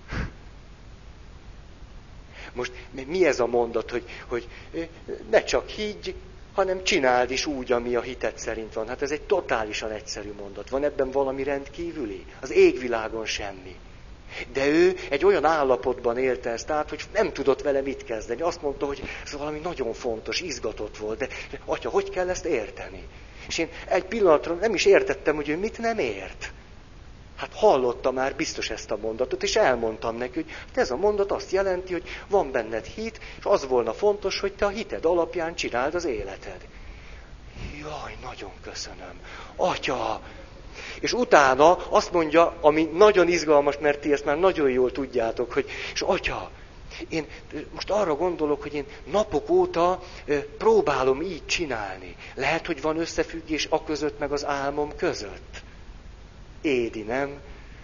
Most mi ez a mondat, hogy ne csak higgy, hanem csináld is úgy, ami a hited szerint van. Hát ez egy totálisan egyszerű mondat. Van ebben valami rendkívüli? Az égvilágon semmi. De ő egy olyan állapotban élte ezt át, hogy nem tudott vele mit kezdeni. Azt mondta, hogy ez valami nagyon fontos, izgatott volt. De atya, hogy kell ezt érteni? És én egy pillanatra nem is értettem, hogy ő mit nem ért. Hát hallotta már biztos ezt a mondatot, és elmondtam neki, hogy ez a mondat azt jelenti, hogy van benned hit, és az volna fontos, hogy te a hited alapján csináld az életed. Jaj, nagyon köszönöm. Atya! És utána azt mondja, ami nagyon izgalmas, mert ti ezt már nagyon jól tudjátok, hogy, és atya, én most arra gondolok, hogy én napok óta próbálom így csinálni. Lehet, hogy van összefüggés a között, meg az álmom között. Édi, nem?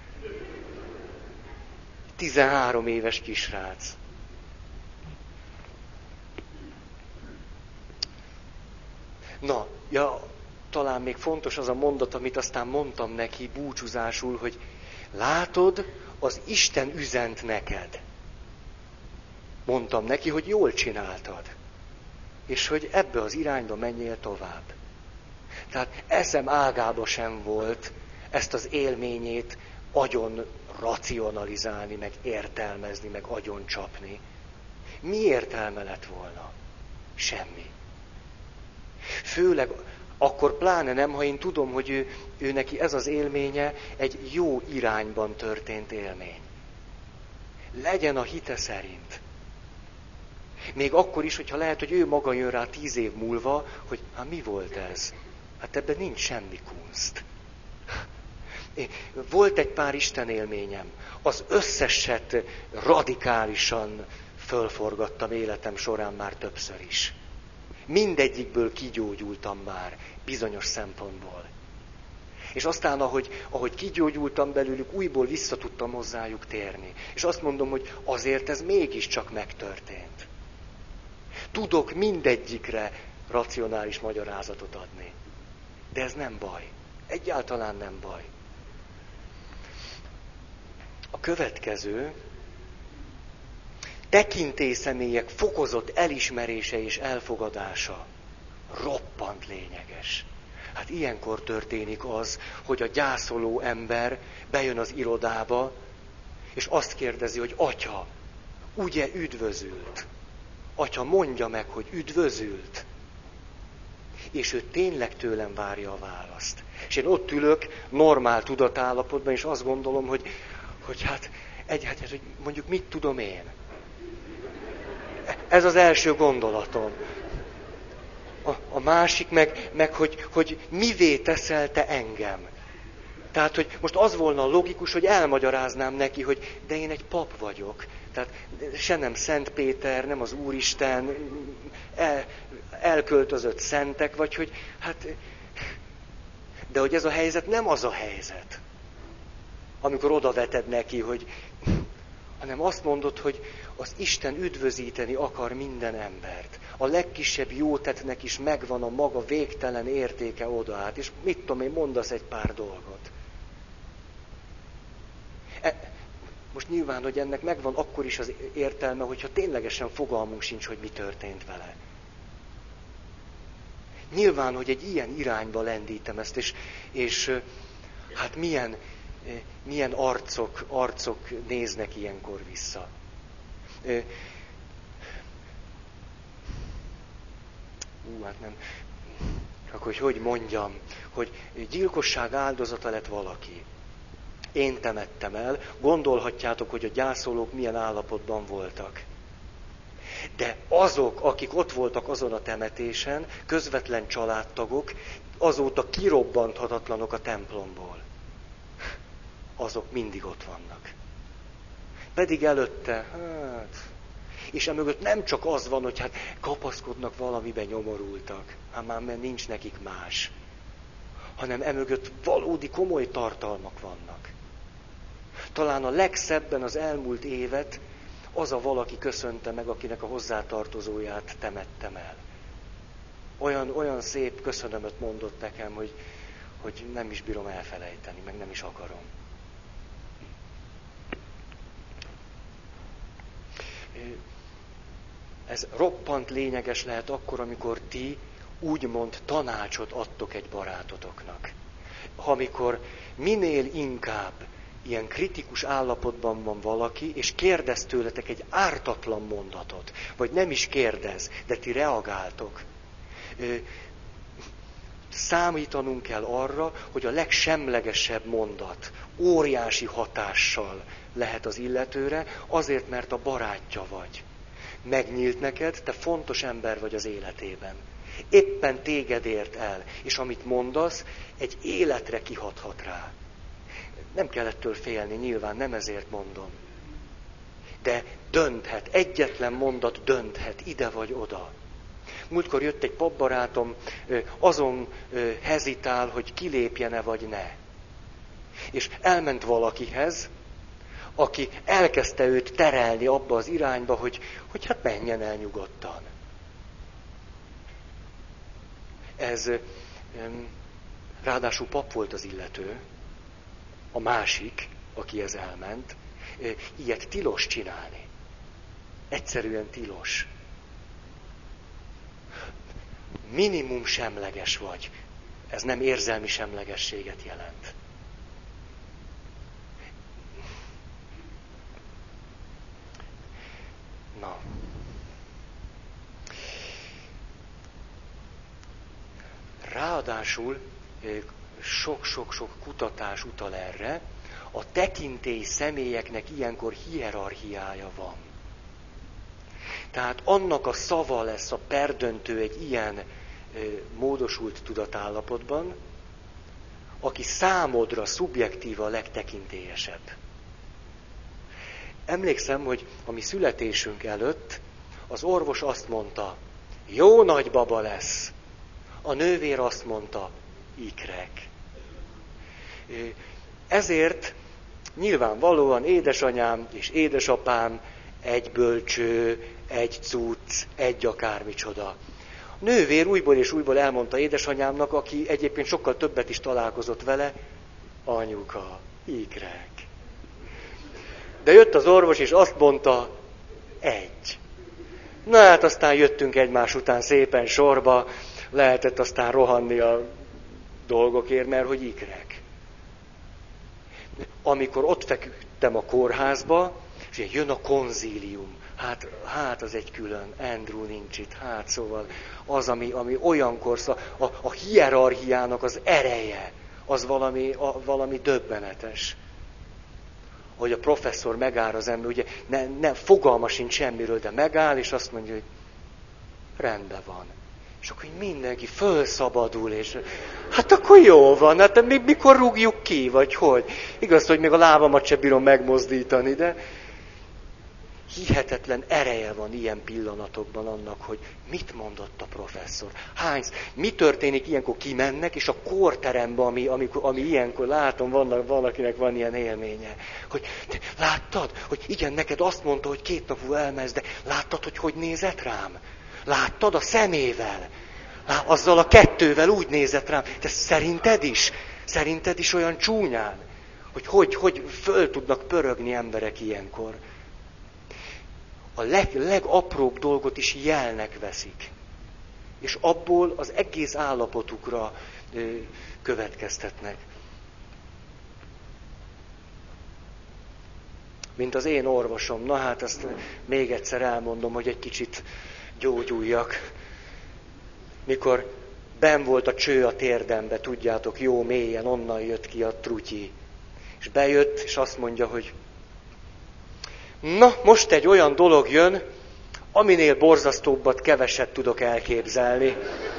13 éves kisrác. Na, talán még fontos az a mondat, amit aztán mondtam neki búcsúzásul, hogy látod, az Isten üzent neked. Mondtam neki, hogy jól csináltad. És hogy ebbe az irányba menjél tovább. Tehát eszem ágába sem volt ezt az élményét agyon racionalizálni, meg értelmezni, meg agyon csapni. Mi értelme lett volna? Semmi. Főleg akkor pláne nem, ha én tudom, hogy ő neki ez az élménye egy jó irányban történt élmény. Legyen a hite szerint. Még akkor is, hogyha lehet, hogy ő maga jön rá 10 év múlva, hogy hát mi volt ez? Hát ebben nincs semmi kunst. Volt egy pár Isten élményem. Az összeset radikálisan fölforgattam életem során már többször is. Mindegyikből kigyógyultam már, bizonyos szempontból. És aztán, ahogy kigyógyultam belőlük, újból vissza tudtam hozzájuk térni. És azt mondom, hogy azért ez mégiscsak megtörtént. Tudok mindegyikre racionális magyarázatot adni. De ez nem baj. Egyáltalán nem baj. A következő, tekintélyszemélyek fokozott elismerése és elfogadása roppant lényeges. Hát ilyenkor történik az, hogy a gyászoló ember bejön az irodába, és azt kérdezi, hogy atya, ugye üdvözült? Atya, mondja meg, hogy üdvözült. És ő tényleg tőlem várja a választ. És én ott ülök, normál tudatállapotban, és azt gondolom, hogy hát Hát, hogy mondjuk mit tudom én. Ez az első gondolatom. A másik meg hogy mivé teszel te engem. Tehát, hogy most az volna logikus, hogy elmagyaráznám neki, hogy de én egy pap vagyok. Tehát se nem Szent Péter, nem az Úristen, elköltözött szentek, vagy hogy hát... De hogy ez a helyzet nem az a helyzet, amikor odaveted neki, hogy... hanem azt mondod, hogy az Isten üdvözíteni akar minden embert. A legkisebb jótettnek is megvan a maga végtelen értéke odaát, és mit tudom én, mondasz egy pár dolgot. Most nyilván, hogy ennek megvan akkor is az értelme, hogyha ténylegesen fogalmunk sincs, hogy mi történt vele. Nyilván, hogy egy ilyen irányba lendítem ezt, és hát milyen arcok néznek ilyenkor vissza. Hát nem. Akkor hogy mondjam, hogy gyilkosság áldozata lett valaki. Én temettem el, gondolhatjátok, hogy a gyászolók milyen állapotban voltak. De azok, akik ott voltak azon a temetésen, közvetlen családtagok, azóta kirobbanthatatlanok a templomból. Azok mindig ott vannak. Pedig előtte, hát... És emögött nem csak az van, hogy hát kapaszkodnak valamiben, nyomorultak. Hát már mert nincs nekik más. Hanem emögött valódi komoly tartalmak vannak. Talán a legszebben az elmúlt évet az a valaki köszönte meg, akinek a hozzátartozóját temettem el. Olyan szép köszönömöt mondott nekem, hogy nem is bírom elfelejteni, meg nem is akarom. Ez roppant lényeges lehet akkor, amikor ti úgymond tanácsot adtok egy barátotoknak. Amikor minél inkább ilyen kritikus állapotban van valaki, és kérdez tőletek egy ártatlan mondatot, vagy nem is kérdez, de ti reagáltok. Számítanunk kell arra, hogy a legsemlegesebb mondat óriási hatással lehet az illetőre, azért, mert a barátja vagy. Megnyílt neked, te fontos ember vagy az életében. Éppen téged ért el, és amit mondasz, egy életre kihathat rá. Nem kell ettől félni, nyilván nem ezért mondom. De dönthet, egyetlen mondat dönthet, ide vagy oda. Múltkor jött egy papbarátom, azon hezitál, hogy kilépjene vagy ne. És elment valakihez, aki elkezdte őt terelni abba az irányba, hogy hát menjen el nyugodtan. Ez ráadásul pap volt az illető, a másik, akihez elment, ilyet tilos csinálni. Egyszerűen tilos. Minimum semleges vagy. Ez nem érzelmi semlegességet jelent. Na. Ráadásul sok-sok kutatás utal erre, a tekintély személyeknek ilyenkor hierarchiája van. Tehát annak a szava lesz a perdöntő egy ilyen módosult tudatállapotban, aki számodra szubjektíva a legtekintélyesebb. Emlékszem, hogy a mi születésünk előtt az orvos azt mondta, jó nagybaba lesz. A nővér azt mondta, ikrek. Ezért nyilvánvalóan édesanyám és édesapám egy bölcső, egy cucc, egy akármicsoda. A nővér újból és újból elmondta édesanyámnak, aki egyébként sokkal többet is találkozott vele, anyuka, ikrek. De jött az orvos, és azt mondta, egy. Na hát aztán jöttünk egymás után szépen sorba, lehetett aztán rohanni a dolgokért, mert hogy ikrek. Amikor ott feküdtem a kórházba, és jön a konzílium, hát az egy külön, Andrew nincs itt, hát szóval az, ami olyankor, a hierarchiának az ereje, az valami döbbenetes. hogy a professzor megáll az ember, ugye fogalma sincs semmiről, de megáll, és azt mondja, hogy rendben van. És akkor mindenki fölszabadul, és hát akkor jó van, hát mikor rúgjuk ki, vagy hogy? Igaz, hogy még a lábamat sem bírom megmozdítani, de hihetetlen ereje van ilyen pillanatokban annak, hogy mit mondott a professzor. Mi történik ilyenkor, kimennek, és a kórteremben, ami ilyenkor látom, valakinek van ilyen élménye, hogy te láttad, hogy igen, neked azt mondta, hogy 2 nap múlva elmész, de láttad, hogy nézett rám? Láttad a szemével? Azzal a 2-vel úgy nézett rám. De szerinted is olyan csúnyán? Hogy föl tudnak pörögni emberek ilyenkor? A legapróbb dolgot is jelnek veszik. És abból az egész állapotukra következtetnek. Mint az én orvosom. Na hát azt még egyszer elmondom, hogy egy kicsit gyógyuljak. Mikor benn volt a cső a térdembe, tudjátok, jó mélyen, onnan jött ki a trutyi. És bejött, és azt mondja, hogy na, most egy olyan dolog jön, aminél borzasztóbbat keveset tudok elképzelni.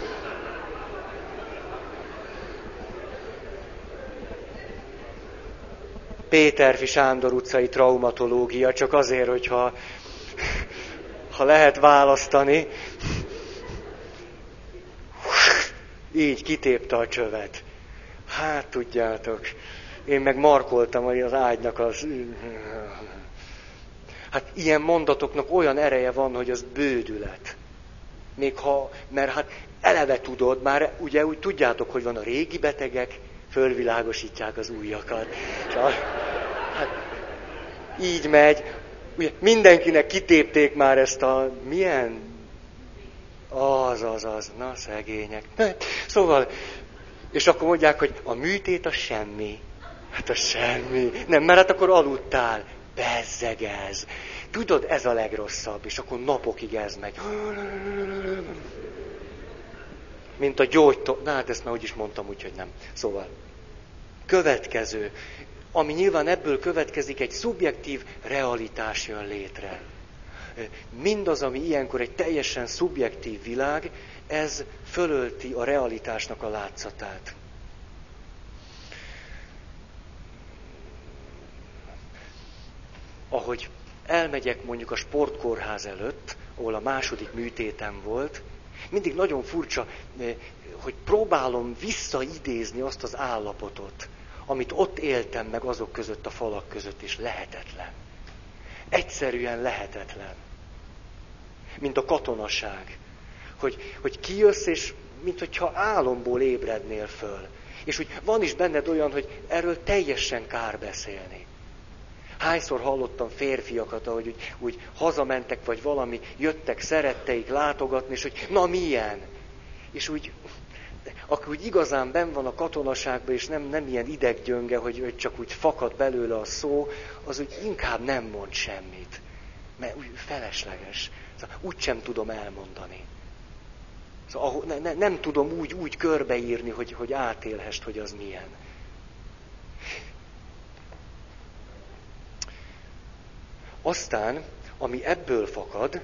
Péterfi Sándor utcai traumatológia, csak azért, hogyha lehet választani. Így kitépte a csövet. Hát tudjátok, én meg markoltam az ágynak az... Hát ilyen mondatoknak olyan ereje van, hogy az bődület. Mert hát eleve tudod, már ugye úgy tudjátok, hogy van a régi betegek, fölvilágosítják az újakat. Hát így megy. Ugye, mindenkinek kitépték már ezt a... Milyen? Az. Na, szegények. Szóval, és akkor mondják, hogy a műtét a semmi. Hát a semmi. Nem, mert hát akkor aludtál. Bezzeg ez. Tudod, ez a legrosszabb, és akkor napokig ez megy. Mint a gyógytól. Na, hát ezt már úgy is mondtam, úgyhogy nem. Szóval, következő, ami nyilván ebből következik, egy szubjektív realitás jön létre. Mindaz, ami ilyenkor egy teljesen szubjektív világ, ez fölölti a realitásnak a látszatát. Ahogy elmegyek mondjuk a sportkórház előtt, ahol a második műtétem volt, mindig nagyon furcsa, hogy próbálom visszaidézni azt az állapotot, amit ott éltem meg azok között a falak között, és lehetetlen. Egyszerűen lehetetlen. Mint a katonaság. Hogy kijössz, és minthogyha álomból ébrednél föl. És úgy van is benned olyan, hogy erről teljesen kár beszélni. Hányszor hallottam férfiakat, ahogy úgy hazamentek, vagy valami, jöttek szeretteik látogatni, és hogy na milyen? És aki úgy igazán benn van a katonaságban, és nem ilyen ideggyönge, hogy csak úgy fakad belőle a szó, az úgy inkább nem mond semmit. Mert úgy felesleges. Szóval úgysem tudom elmondani. Szóval nem tudom úgy körbeírni, hogy átélhest, hogy az milyen. Aztán, ami ebből fakad,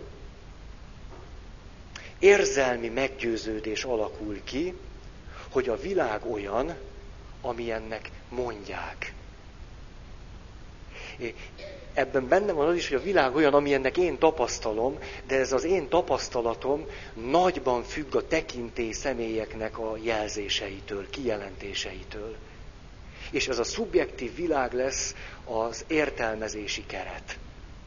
érzelmi meggyőződés alakul ki, hogy a világ olyan, amilyennek mondják. Ebben benne van az is, hogy a világ olyan, amilyennek én tapasztalom, de ez az én tapasztalatom nagyban függ a tekintély személyeknek a jelzéseitől, kijelentéseitől. És ez a szubjektív világ lesz az értelmezési keret.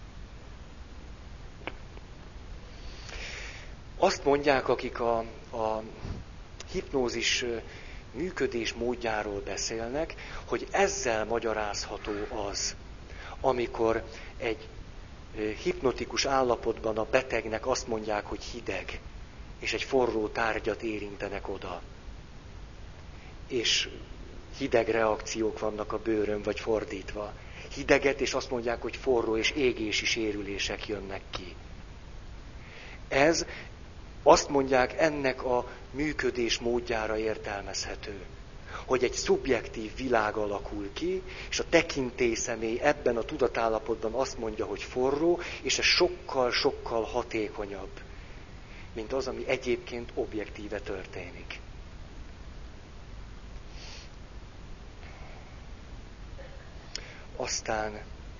Azt mondják, akik a hipnózis működés módjáról beszélnek, hogy ezzel magyarázható az, amikor egy hipnotikus állapotban a betegnek azt mondják, hogy hideg, és egy forró tárgyat érintenek oda. És hideg reakciók vannak a bőrön, vagy fordítva. Hideget, és azt mondják, hogy forró, és égési sérülések jönnek ki. Ez, azt mondják, ennek a működés módjára értelmezhető. hogy egy szubjektív világ alakul ki, és a tekintélyszemély ebben a tudatállapotban azt mondja, hogy forró, és ez sokkal-sokkal hatékonyabb, mint az, ami egyébként objektíve történik. Aztán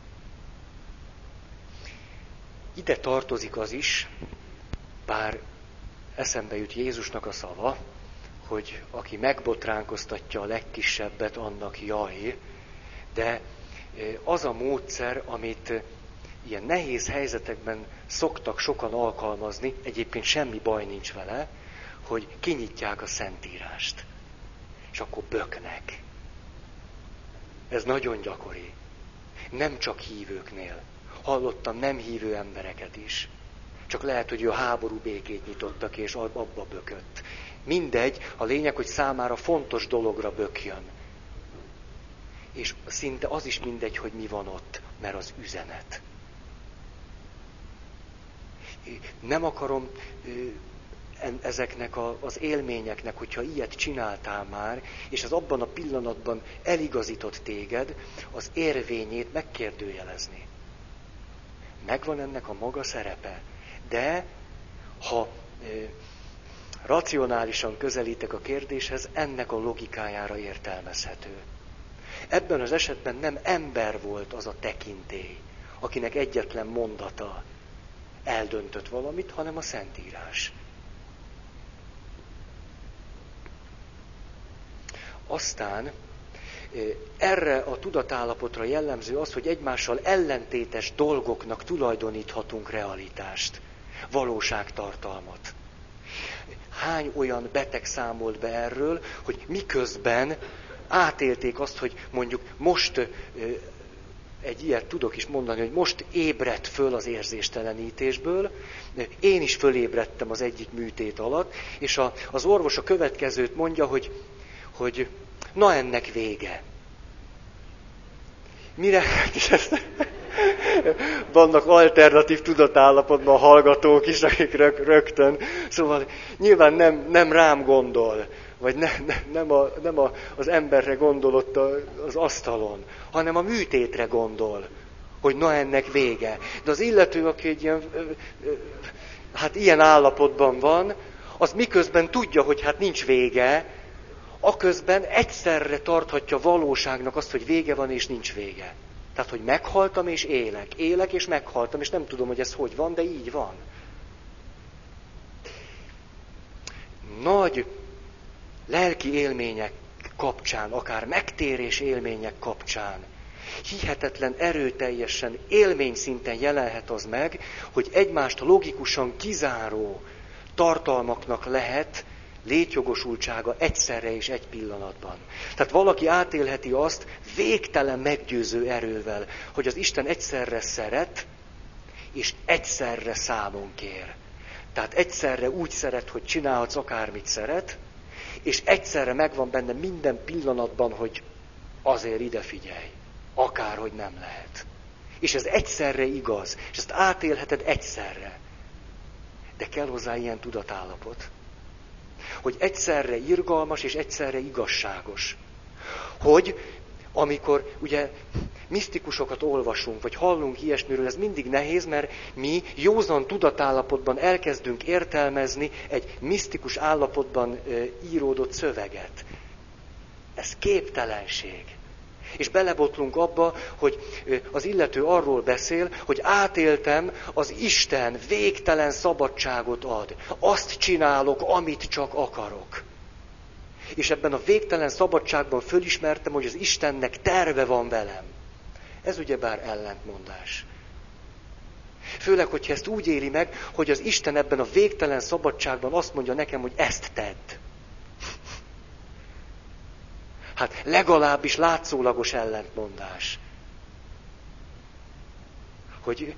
ide tartozik az is, bár eszembe jut Jézusnak a szava, hogy aki megbotránkoztatja a legkisebbet, annak jaj, de az a módszer, amit ilyen nehéz helyzetekben szoktak sokan alkalmazni, egyébként semmi baj nincs vele, hogy kinyitják a Szentírást, és akkor böknek. Ez nagyon gyakori. Nem csak hívőknél. Hallottam nem hívő embereket is. Csak lehet, hogy ő a háború békét nyitottak, és abba bökött. Mindegy, a lényeg, hogy számára fontos dologra bökjön. És szinte az is mindegy, hogy mi van ott, mert az üzenet. Nem akarom ezeknek az élményeknek, hogyha ilyet csináltál már, és az abban a pillanatban eligazított téged, az érvényét megkérdőjelezni. Megvan ennek a maga szerepe. De ha racionálisan közelítek a kérdéshez, ennek a logikájára értelmezhető. Ebben az esetben nem ember volt az a tekintély, akinek egyetlen mondata eldöntött valamit, hanem a Szentírás. Aztán erre a tudatállapotra jellemző az, hogy egymással ellentétes dolgoknak tulajdoníthatunk realitást, valóságtartalmat. Hány olyan beteg számolt be erről, hogy miközben átélték azt, hogy mondjuk most, egy ilyet tudok is mondani, hogy most ébredt föl az érzéstelenítésből, én is fölébredtem az egyik műtét alatt, és az orvos a következőt mondja, hogy na ennek vége. Mire? Vannak alternatív tudatállapotban hallgatók is, akik rögtön. Szóval nyilván nem rám gondol, vagy nem az emberre gondolott az asztalon, hanem a műtétre gondol, hogy na ennek vége. De az illető, aki egy ilyen állapotban van, az miközben tudja, hogy hát nincs vége, aközben egyszerre tarthatja valóságnak azt, hogy vége van és nincs vége. Tehát, hogy meghaltam és élek és meghaltam, és nem tudom, hogy ez hogy van, de így van. Nagy lelki élmények kapcsán, akár megtérés élmények kapcsán, hihetetlen erőteljesen, élményszinten jelenhet az meg, hogy egymást logikusan kizáró tartalmaknak lehet létjogosultsága egyszerre és egy pillanatban. Tehát valaki átélheti azt végtelen meggyőző erővel, hogy az Isten egyszerre szeret, és egyszerre számon kér. Tehát egyszerre úgy szeret, hogy csinálhatsz akármit szeret, és egyszerre megvan benne minden pillanatban, hogy azért ide figyelj, akárhogy nem lehet. És ez egyszerre igaz, és ezt átélheted egyszerre. De kell hozzá ilyen tudatállapot. Hogy egyszerre irgalmas és egyszerre igazságos. Hogy amikor ugye misztikusokat olvasunk, vagy hallunk ilyesmiről, ez mindig nehéz, mert mi józan tudatállapotban elkezdünk értelmezni egy misztikus állapotban íródott szöveget. Ez képtelenség. És belebotlunk abba, hogy az illető arról beszél, hogy átéltem, az Isten végtelen szabadságot ad. Azt csinálok, amit csak akarok. És ebben a végtelen szabadságban fölismertem, hogy az Istennek terve van velem. Ez ugyebár ellentmondás. Főleg, hogyha ezt úgy éli meg, hogy az Isten ebben a végtelen szabadságban azt mondja nekem, hogy ezt tedd. Hát legalábbis látszólagos ellentmondás. Hogy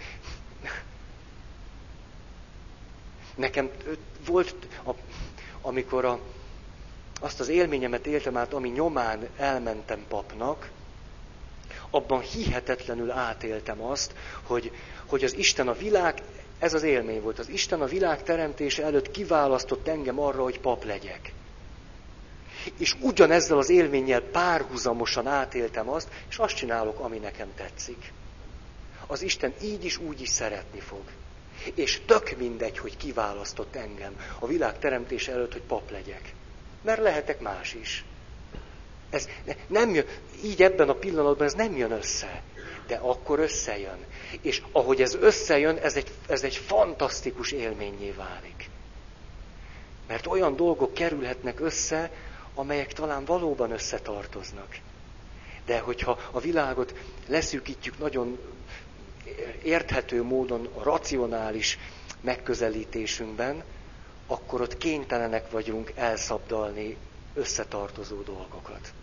nekem volt, amikor azt az élményemet éltem át, ami nyomán elmentem papnak, abban hihetetlenül átéltem azt, hogy az Isten a világ, ez az élmény volt, az Isten a világ teremtése előtt kiválasztott engem arra, hogy pap legyek. És ugyanezzel az élménnyel párhuzamosan átéltem azt, és azt csinálok, ami nekem tetszik. Az Isten így is, úgy is szeretni fog. És tök mindegy, hogy kiválasztott engem a világ teremtése előtt, hogy pap legyek. Mert lehetek más is. Ez nem jön, így ebben a pillanatban ez nem jön össze. De akkor összejön. És ahogy ez összejön, ez egy fantasztikus élménnyé válik. Mert olyan dolgok kerülhetnek össze, amelyek talán valóban összetartoznak. De hogyha a világot leszűkítjük nagyon érthető módon a racionális megközelítésünkben, akkor ott kénytelenek vagyunk elszabdalni összetartozó dolgokat.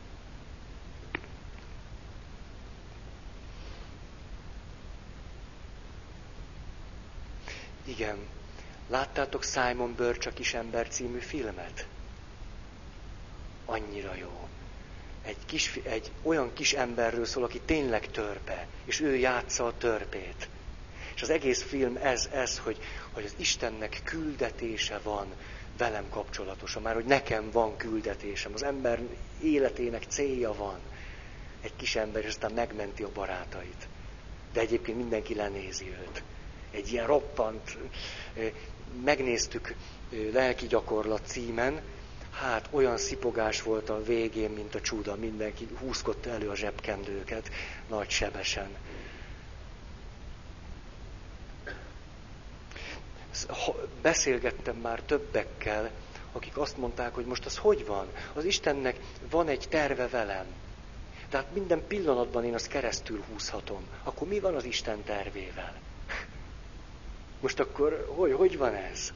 Igen. Láttátok Simon Birch a Kisember című filmet? Annyira jó. Egy olyan kis emberről szól, aki tényleg törpe, és ő játsza a törpét. És az egész film ez hogy az Istennek küldetése van velem kapcsolatosan. Már hogy nekem van küldetésem, az ember életének célja van. Egy kis ember, és aztán megmenti a barátait. De egyébként mindenki lenézi őt. Egy ilyen roppant, megnéztük Lelki gyakorlat címen, hát olyan szipogás volt a végén, mint a csuda, mindenki húzkodta elő a zsebkendőket, nagy sebesen. Beszélgettem már többekkel, akik azt mondták, hogy most az hogy van? Az Istennek van egy terve velem. Tehát minden pillanatban én azt keresztül húzhatom. Akkor mi van az Isten tervével? Most akkor hogy van ez?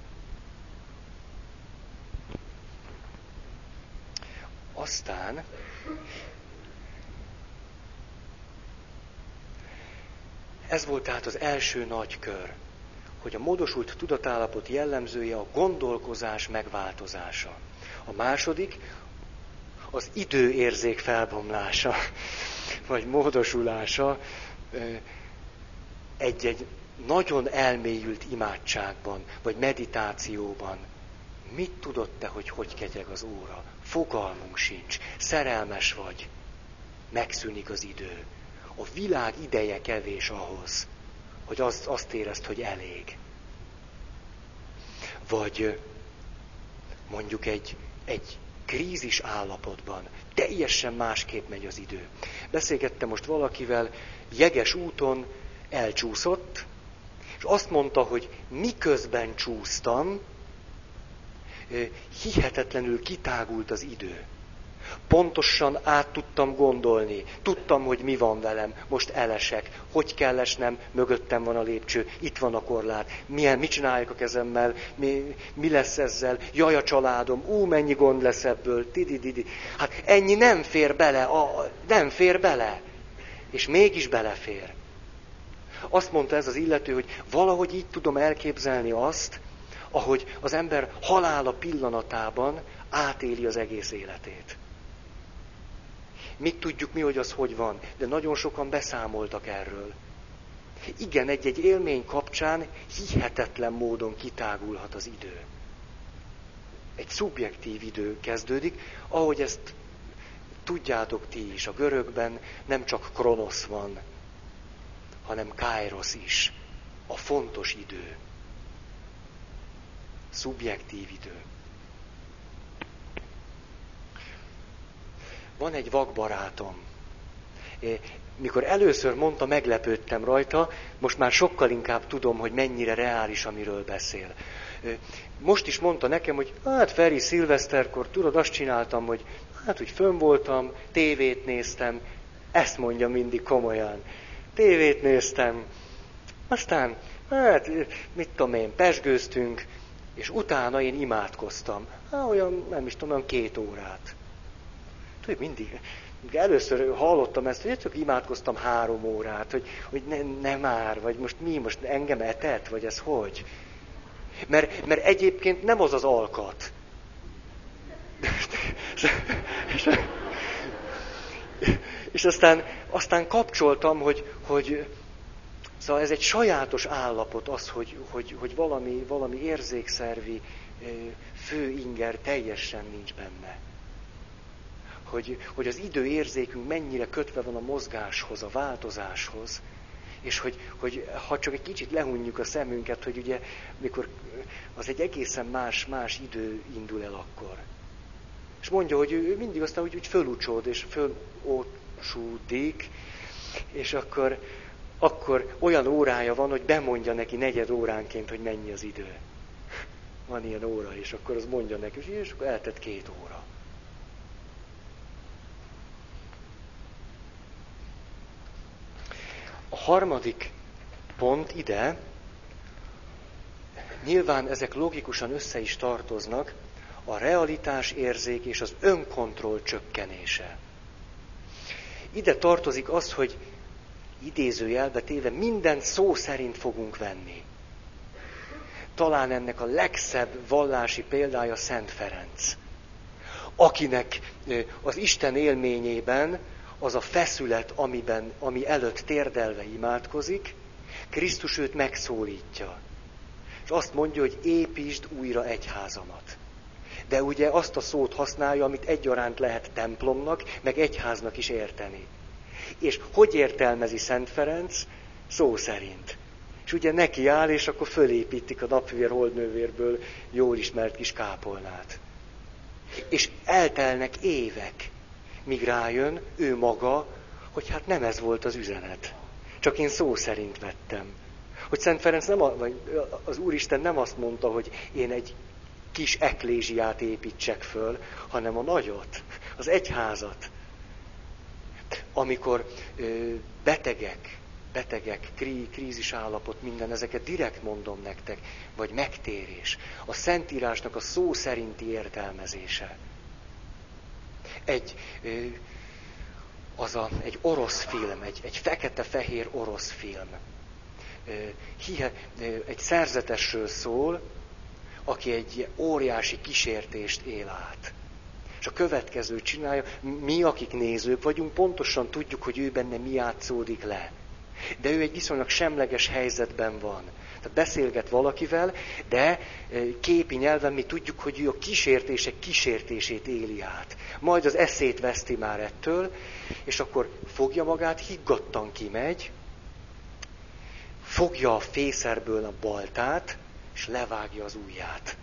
Aztán ez volt tehát az első nagy kör, hogy a módosult tudatállapot jellemzője a gondolkozás megváltozása. A második az időérzék felbomlása, vagy módosulása egy nagyon elmélyült imádságban, vagy meditációban. Mit tudod te, hogy ketyeg az óra? Fogalmunk sincs. Szerelmes vagy. Megszűnik az idő. A világ ideje kevés ahhoz, hogy azt érezd, hogy elég. Vagy mondjuk egy krízis állapotban teljesen másképp megy az idő. Beszélgettem most valakivel, jeges úton elcsúszott, és azt mondta, hogy miközben csúsztam, hihetetlenül kitágult az idő. Pontosan át tudtam gondolni. Tudtam, hogy mi van velem. Most elesek. Hogy kell esnem? Mögöttem van a lépcső. Itt van a korlát. Mit csináljak a kezemmel? Mi lesz ezzel? Jaj, a családom. Mennyi gond lesz ebből. Tidididi. Hát ennyi nem fér bele. Nem fér bele. És mégis belefér. Azt mondta ez az illető, hogy valahogy így tudom elképzelni azt, ahogy az ember halála pillanatában átéli az egész életét. Mit tudjuk mi, hogy az hogy van, de nagyon sokan beszámoltak erről. Igen, egy élmény kapcsán hihetetlen módon kitágulhat az idő. Egy szubjektív idő kezdődik, ahogy ezt tudjátok ti is, a görögben nem csak kronosz van, hanem kairos is, a fontos idő. Szubjektív idő. Van egy vakbarátom. Mikor először mondta, meglepődtem rajta, most már sokkal inkább tudom, hogy mennyire reális, amiről beszél. Most is mondta nekem, hogy hát Feri, szilveszterkor, tudod, azt csináltam, hogy úgy fönn voltam, tévét néztem, ezt mondja mindig komolyan. Tévét néztem, aztán, mit tudom én, pezsgőztünk, és utána én imádkoztam. Olyan, nem is tudom, olyan 2 órát. Tudod, mindig először hallottam ezt, hogy csak imádkoztam 3 órát, hogy ne már, vagy most mi, most engem etett, vagy ez hogy? Mert egyébként nem az az alkat. És aztán kapcsoltam, hogy szóval ez egy sajátos állapot az, hogy valami érzékszervi fő inger teljesen nincs benne. Hogy az időérzékünk mennyire kötve van a mozgáshoz, a változáshoz, és hogy ha csak egy kicsit lehunjuk a szemünket, hogy ugye, mikor az egy egészen más idő indul el akkor. És mondja, hogy ő mindig aztán úgy fölúcsod, és fölócsúdik, és akkor olyan órája van, hogy bemondja neki 4 óránként, hogy mennyi az idő. Van ilyen óra, és akkor az mondja neki, és akkor eltett 2 óra. A harmadik pont ide, nyilván ezek logikusan össze is tartoznak, a realitás érzék és az önkontroll csökkenése. Ide tartozik az, hogy idézőjelbe téve mindent szó szerint fogunk venni. Talán ennek a legszebb vallási példája Szent Ferenc, akinek az Isten élményében az a feszület, ami előtt térdelve imádkozik, Krisztus őt megszólítja. És azt mondja, hogy építsd újra egyházamat. De ugye azt a szót használja, amit egyaránt lehet templomnak, meg egyháznak is érteni. És hogy értelmezi Szent Ferenc? Szó szerint. És ugye neki áll, és akkor fölépítik a napvivér holdnővérből jól ismert kis kápolnát. És eltelnek évek, míg rájön ő maga, hogy hát nem ez volt az üzenet. Csak én szó szerint vettem. Hogy Szent Ferenc vagy az Úristen nem azt mondta, hogy én egy kis eklézsiát építsek föl, hanem a nagyot, az egyházat. Amikor betegek, krízisállapot, minden, ezeket direkt mondom nektek, vagy megtérés. A Szentírásnak a szó szerinti értelmezése. Egy orosz film, egy fekete-fehér orosz film. Egy szerzetesről szól, aki egy óriási kísértést él át. És a következő csinálja, mi, akik nézők vagyunk, pontosan tudjuk, hogy ő benne mi játszódik le. De ő egy viszonylag semleges helyzetben van. Tehát beszélget valakivel, de képi nyelven mi tudjuk, hogy ő a kísértések kísértését éli át. Majd az eszét veszti már ettől, és akkor fogja magát, higgadtan kimegy, fogja a fészerből a baltát, és levágja az ujját.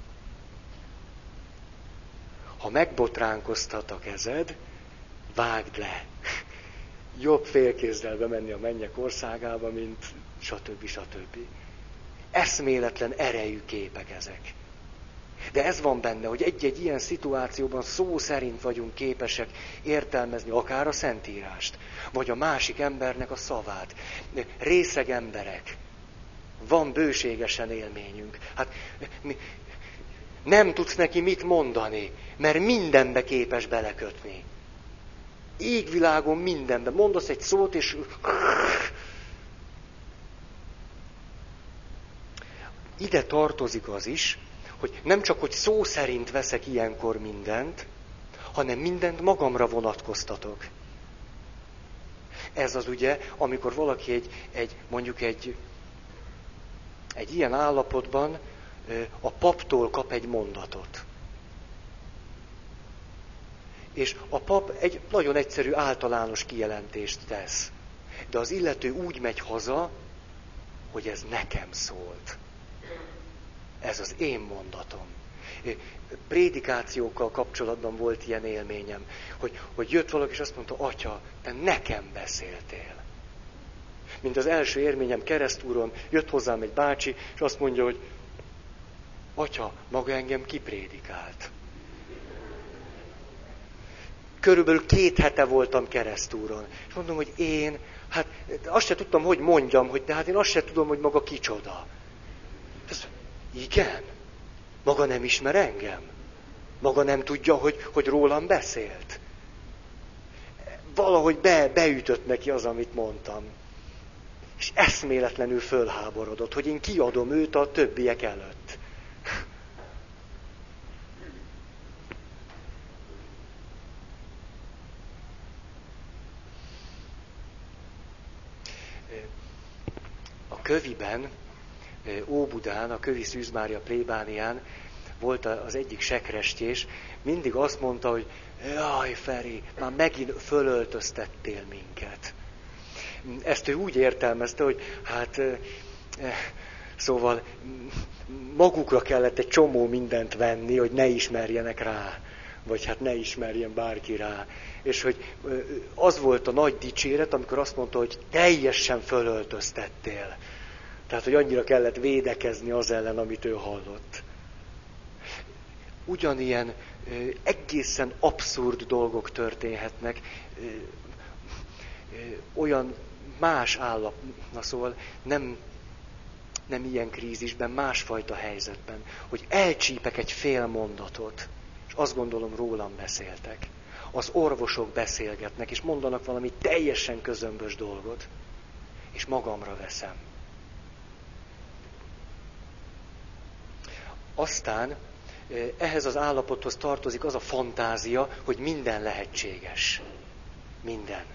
Ha megbotránkoztat a kezed, vágd le. Jobb félkézzel bemenni a mennyek országába, mint stb. Eszméletlen erejű képek ezek. De ez van benne, hogy egy-egy ilyen szituációban szó szerint vagyunk képesek értelmezni akár a Szentírást, vagy a másik embernek a szavát. Részeg emberek. Van bőségesen élményünk. Hát nem tudsz neki mit mondani, mert mindenbe képes belekötni. Égvilágon mindenbe. Mondasz egy szót, és... Ide tartozik az is, hogy nem csak, hogy szó szerint veszek ilyenkor mindent, hanem mindent magamra vonatkoztatok. Ez az ugye, amikor valaki mondjuk egy ilyen állapotban a paptól kap egy mondatot. És a pap egy nagyon egyszerű általános kijelentést tesz. De az illető úgy megy haza, hogy ez nekem szólt. Ez az én mondatom. Prédikációkkal kapcsolatban volt ilyen élményem, hogy jött valaki, és azt mondta, Atya, te nekem beszéltél. Mint az első élményem keresztúron, jött hozzám egy bácsi, és azt mondja, hogy Atya, maga engem kiprédikált. Körülbelül 2 hete voltam keresztúron. És mondom, hogy én, hát azt se tudtam, hogy mondjam, de hát én azt se tudom, hogy maga kicsoda. Igen? Maga nem ismer engem? Maga nem tudja, hogy rólam beszélt? Valahogy beütött neki az, amit mondtam. És eszméletlenül fölháborodott, hogy én kiadom őt a többiek előtt. A Köviben, Óbudán, a Kövi Szűz Mária plébánián volt az egyik sekrestyés, mindig azt mondta, hogy jaj, Feri, már megint fölöltöztettél minket. Ezt ő úgy értelmezte, hogy hát szóval magukra kellett egy csomó mindent venni, hogy ne ismerjenek rá, vagy hát ne ismerjen bárki rá. És hogy az volt a nagy dicséret, amikor azt mondta, hogy teljesen fölöltöztettél. Tehát, hogy annyira kellett védekezni az ellen, amit ő hallott. Ugyanilyen egészen abszurd dolgok történhetnek, olyan más szóval nem ilyen krízisben, másfajta helyzetben, hogy elcsípek egy fél mondatot, és azt gondolom, rólam beszéltek. Az orvosok beszélgetnek, és mondanak valami teljesen közömbös dolgot, és magamra veszem. Aztán ehhez az állapothoz tartozik az a fantázia, hogy minden lehetséges. Minden.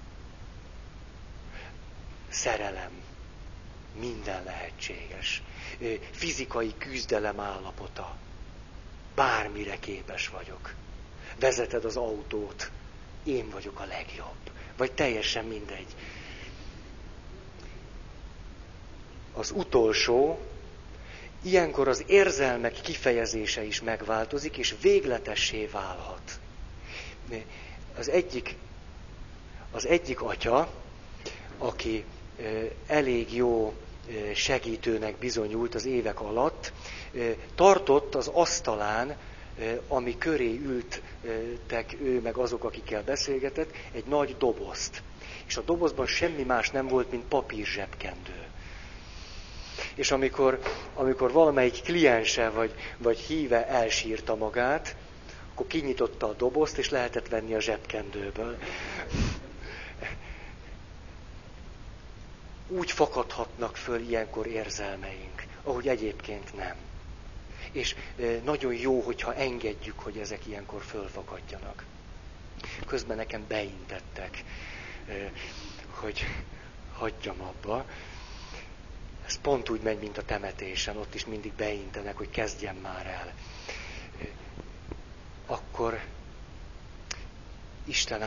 Szerelem. Minden lehetséges. Fizikai küzdelem állapota. Bármire képes vagyok. Vezeted az autót. Én vagyok a legjobb. Vagy teljesen mindegy. Az utolsó, ilyenkor az érzelmek kifejezése is megváltozik, és végletessé válhat. Az egyik atya, aki elég jó segítőnek bizonyult az évek alatt, tartott az asztalán, ami köré ültek ő meg azok, akikkel beszélgetett, egy nagy dobozt. És a dobozban semmi más nem volt, mint papír zsebkendő. És amikor valamelyik kliense vagy híve elsírta magát, akkor kinyitotta a dobozt, és lehetett venni a zsebkendőből. Úgy fakadhatnak föl ilyenkor érzelmeink, ahogy egyébként nem. És nagyon jó, hogyha engedjük, hogy ezek ilyenkor fölfakadjanak. Közben nekem beintettek, hogy hagyjam abba. Ez pont úgy megy, mint a temetésen, ott is mindig beintenek, hogy kezdjem már el. Akkor Isten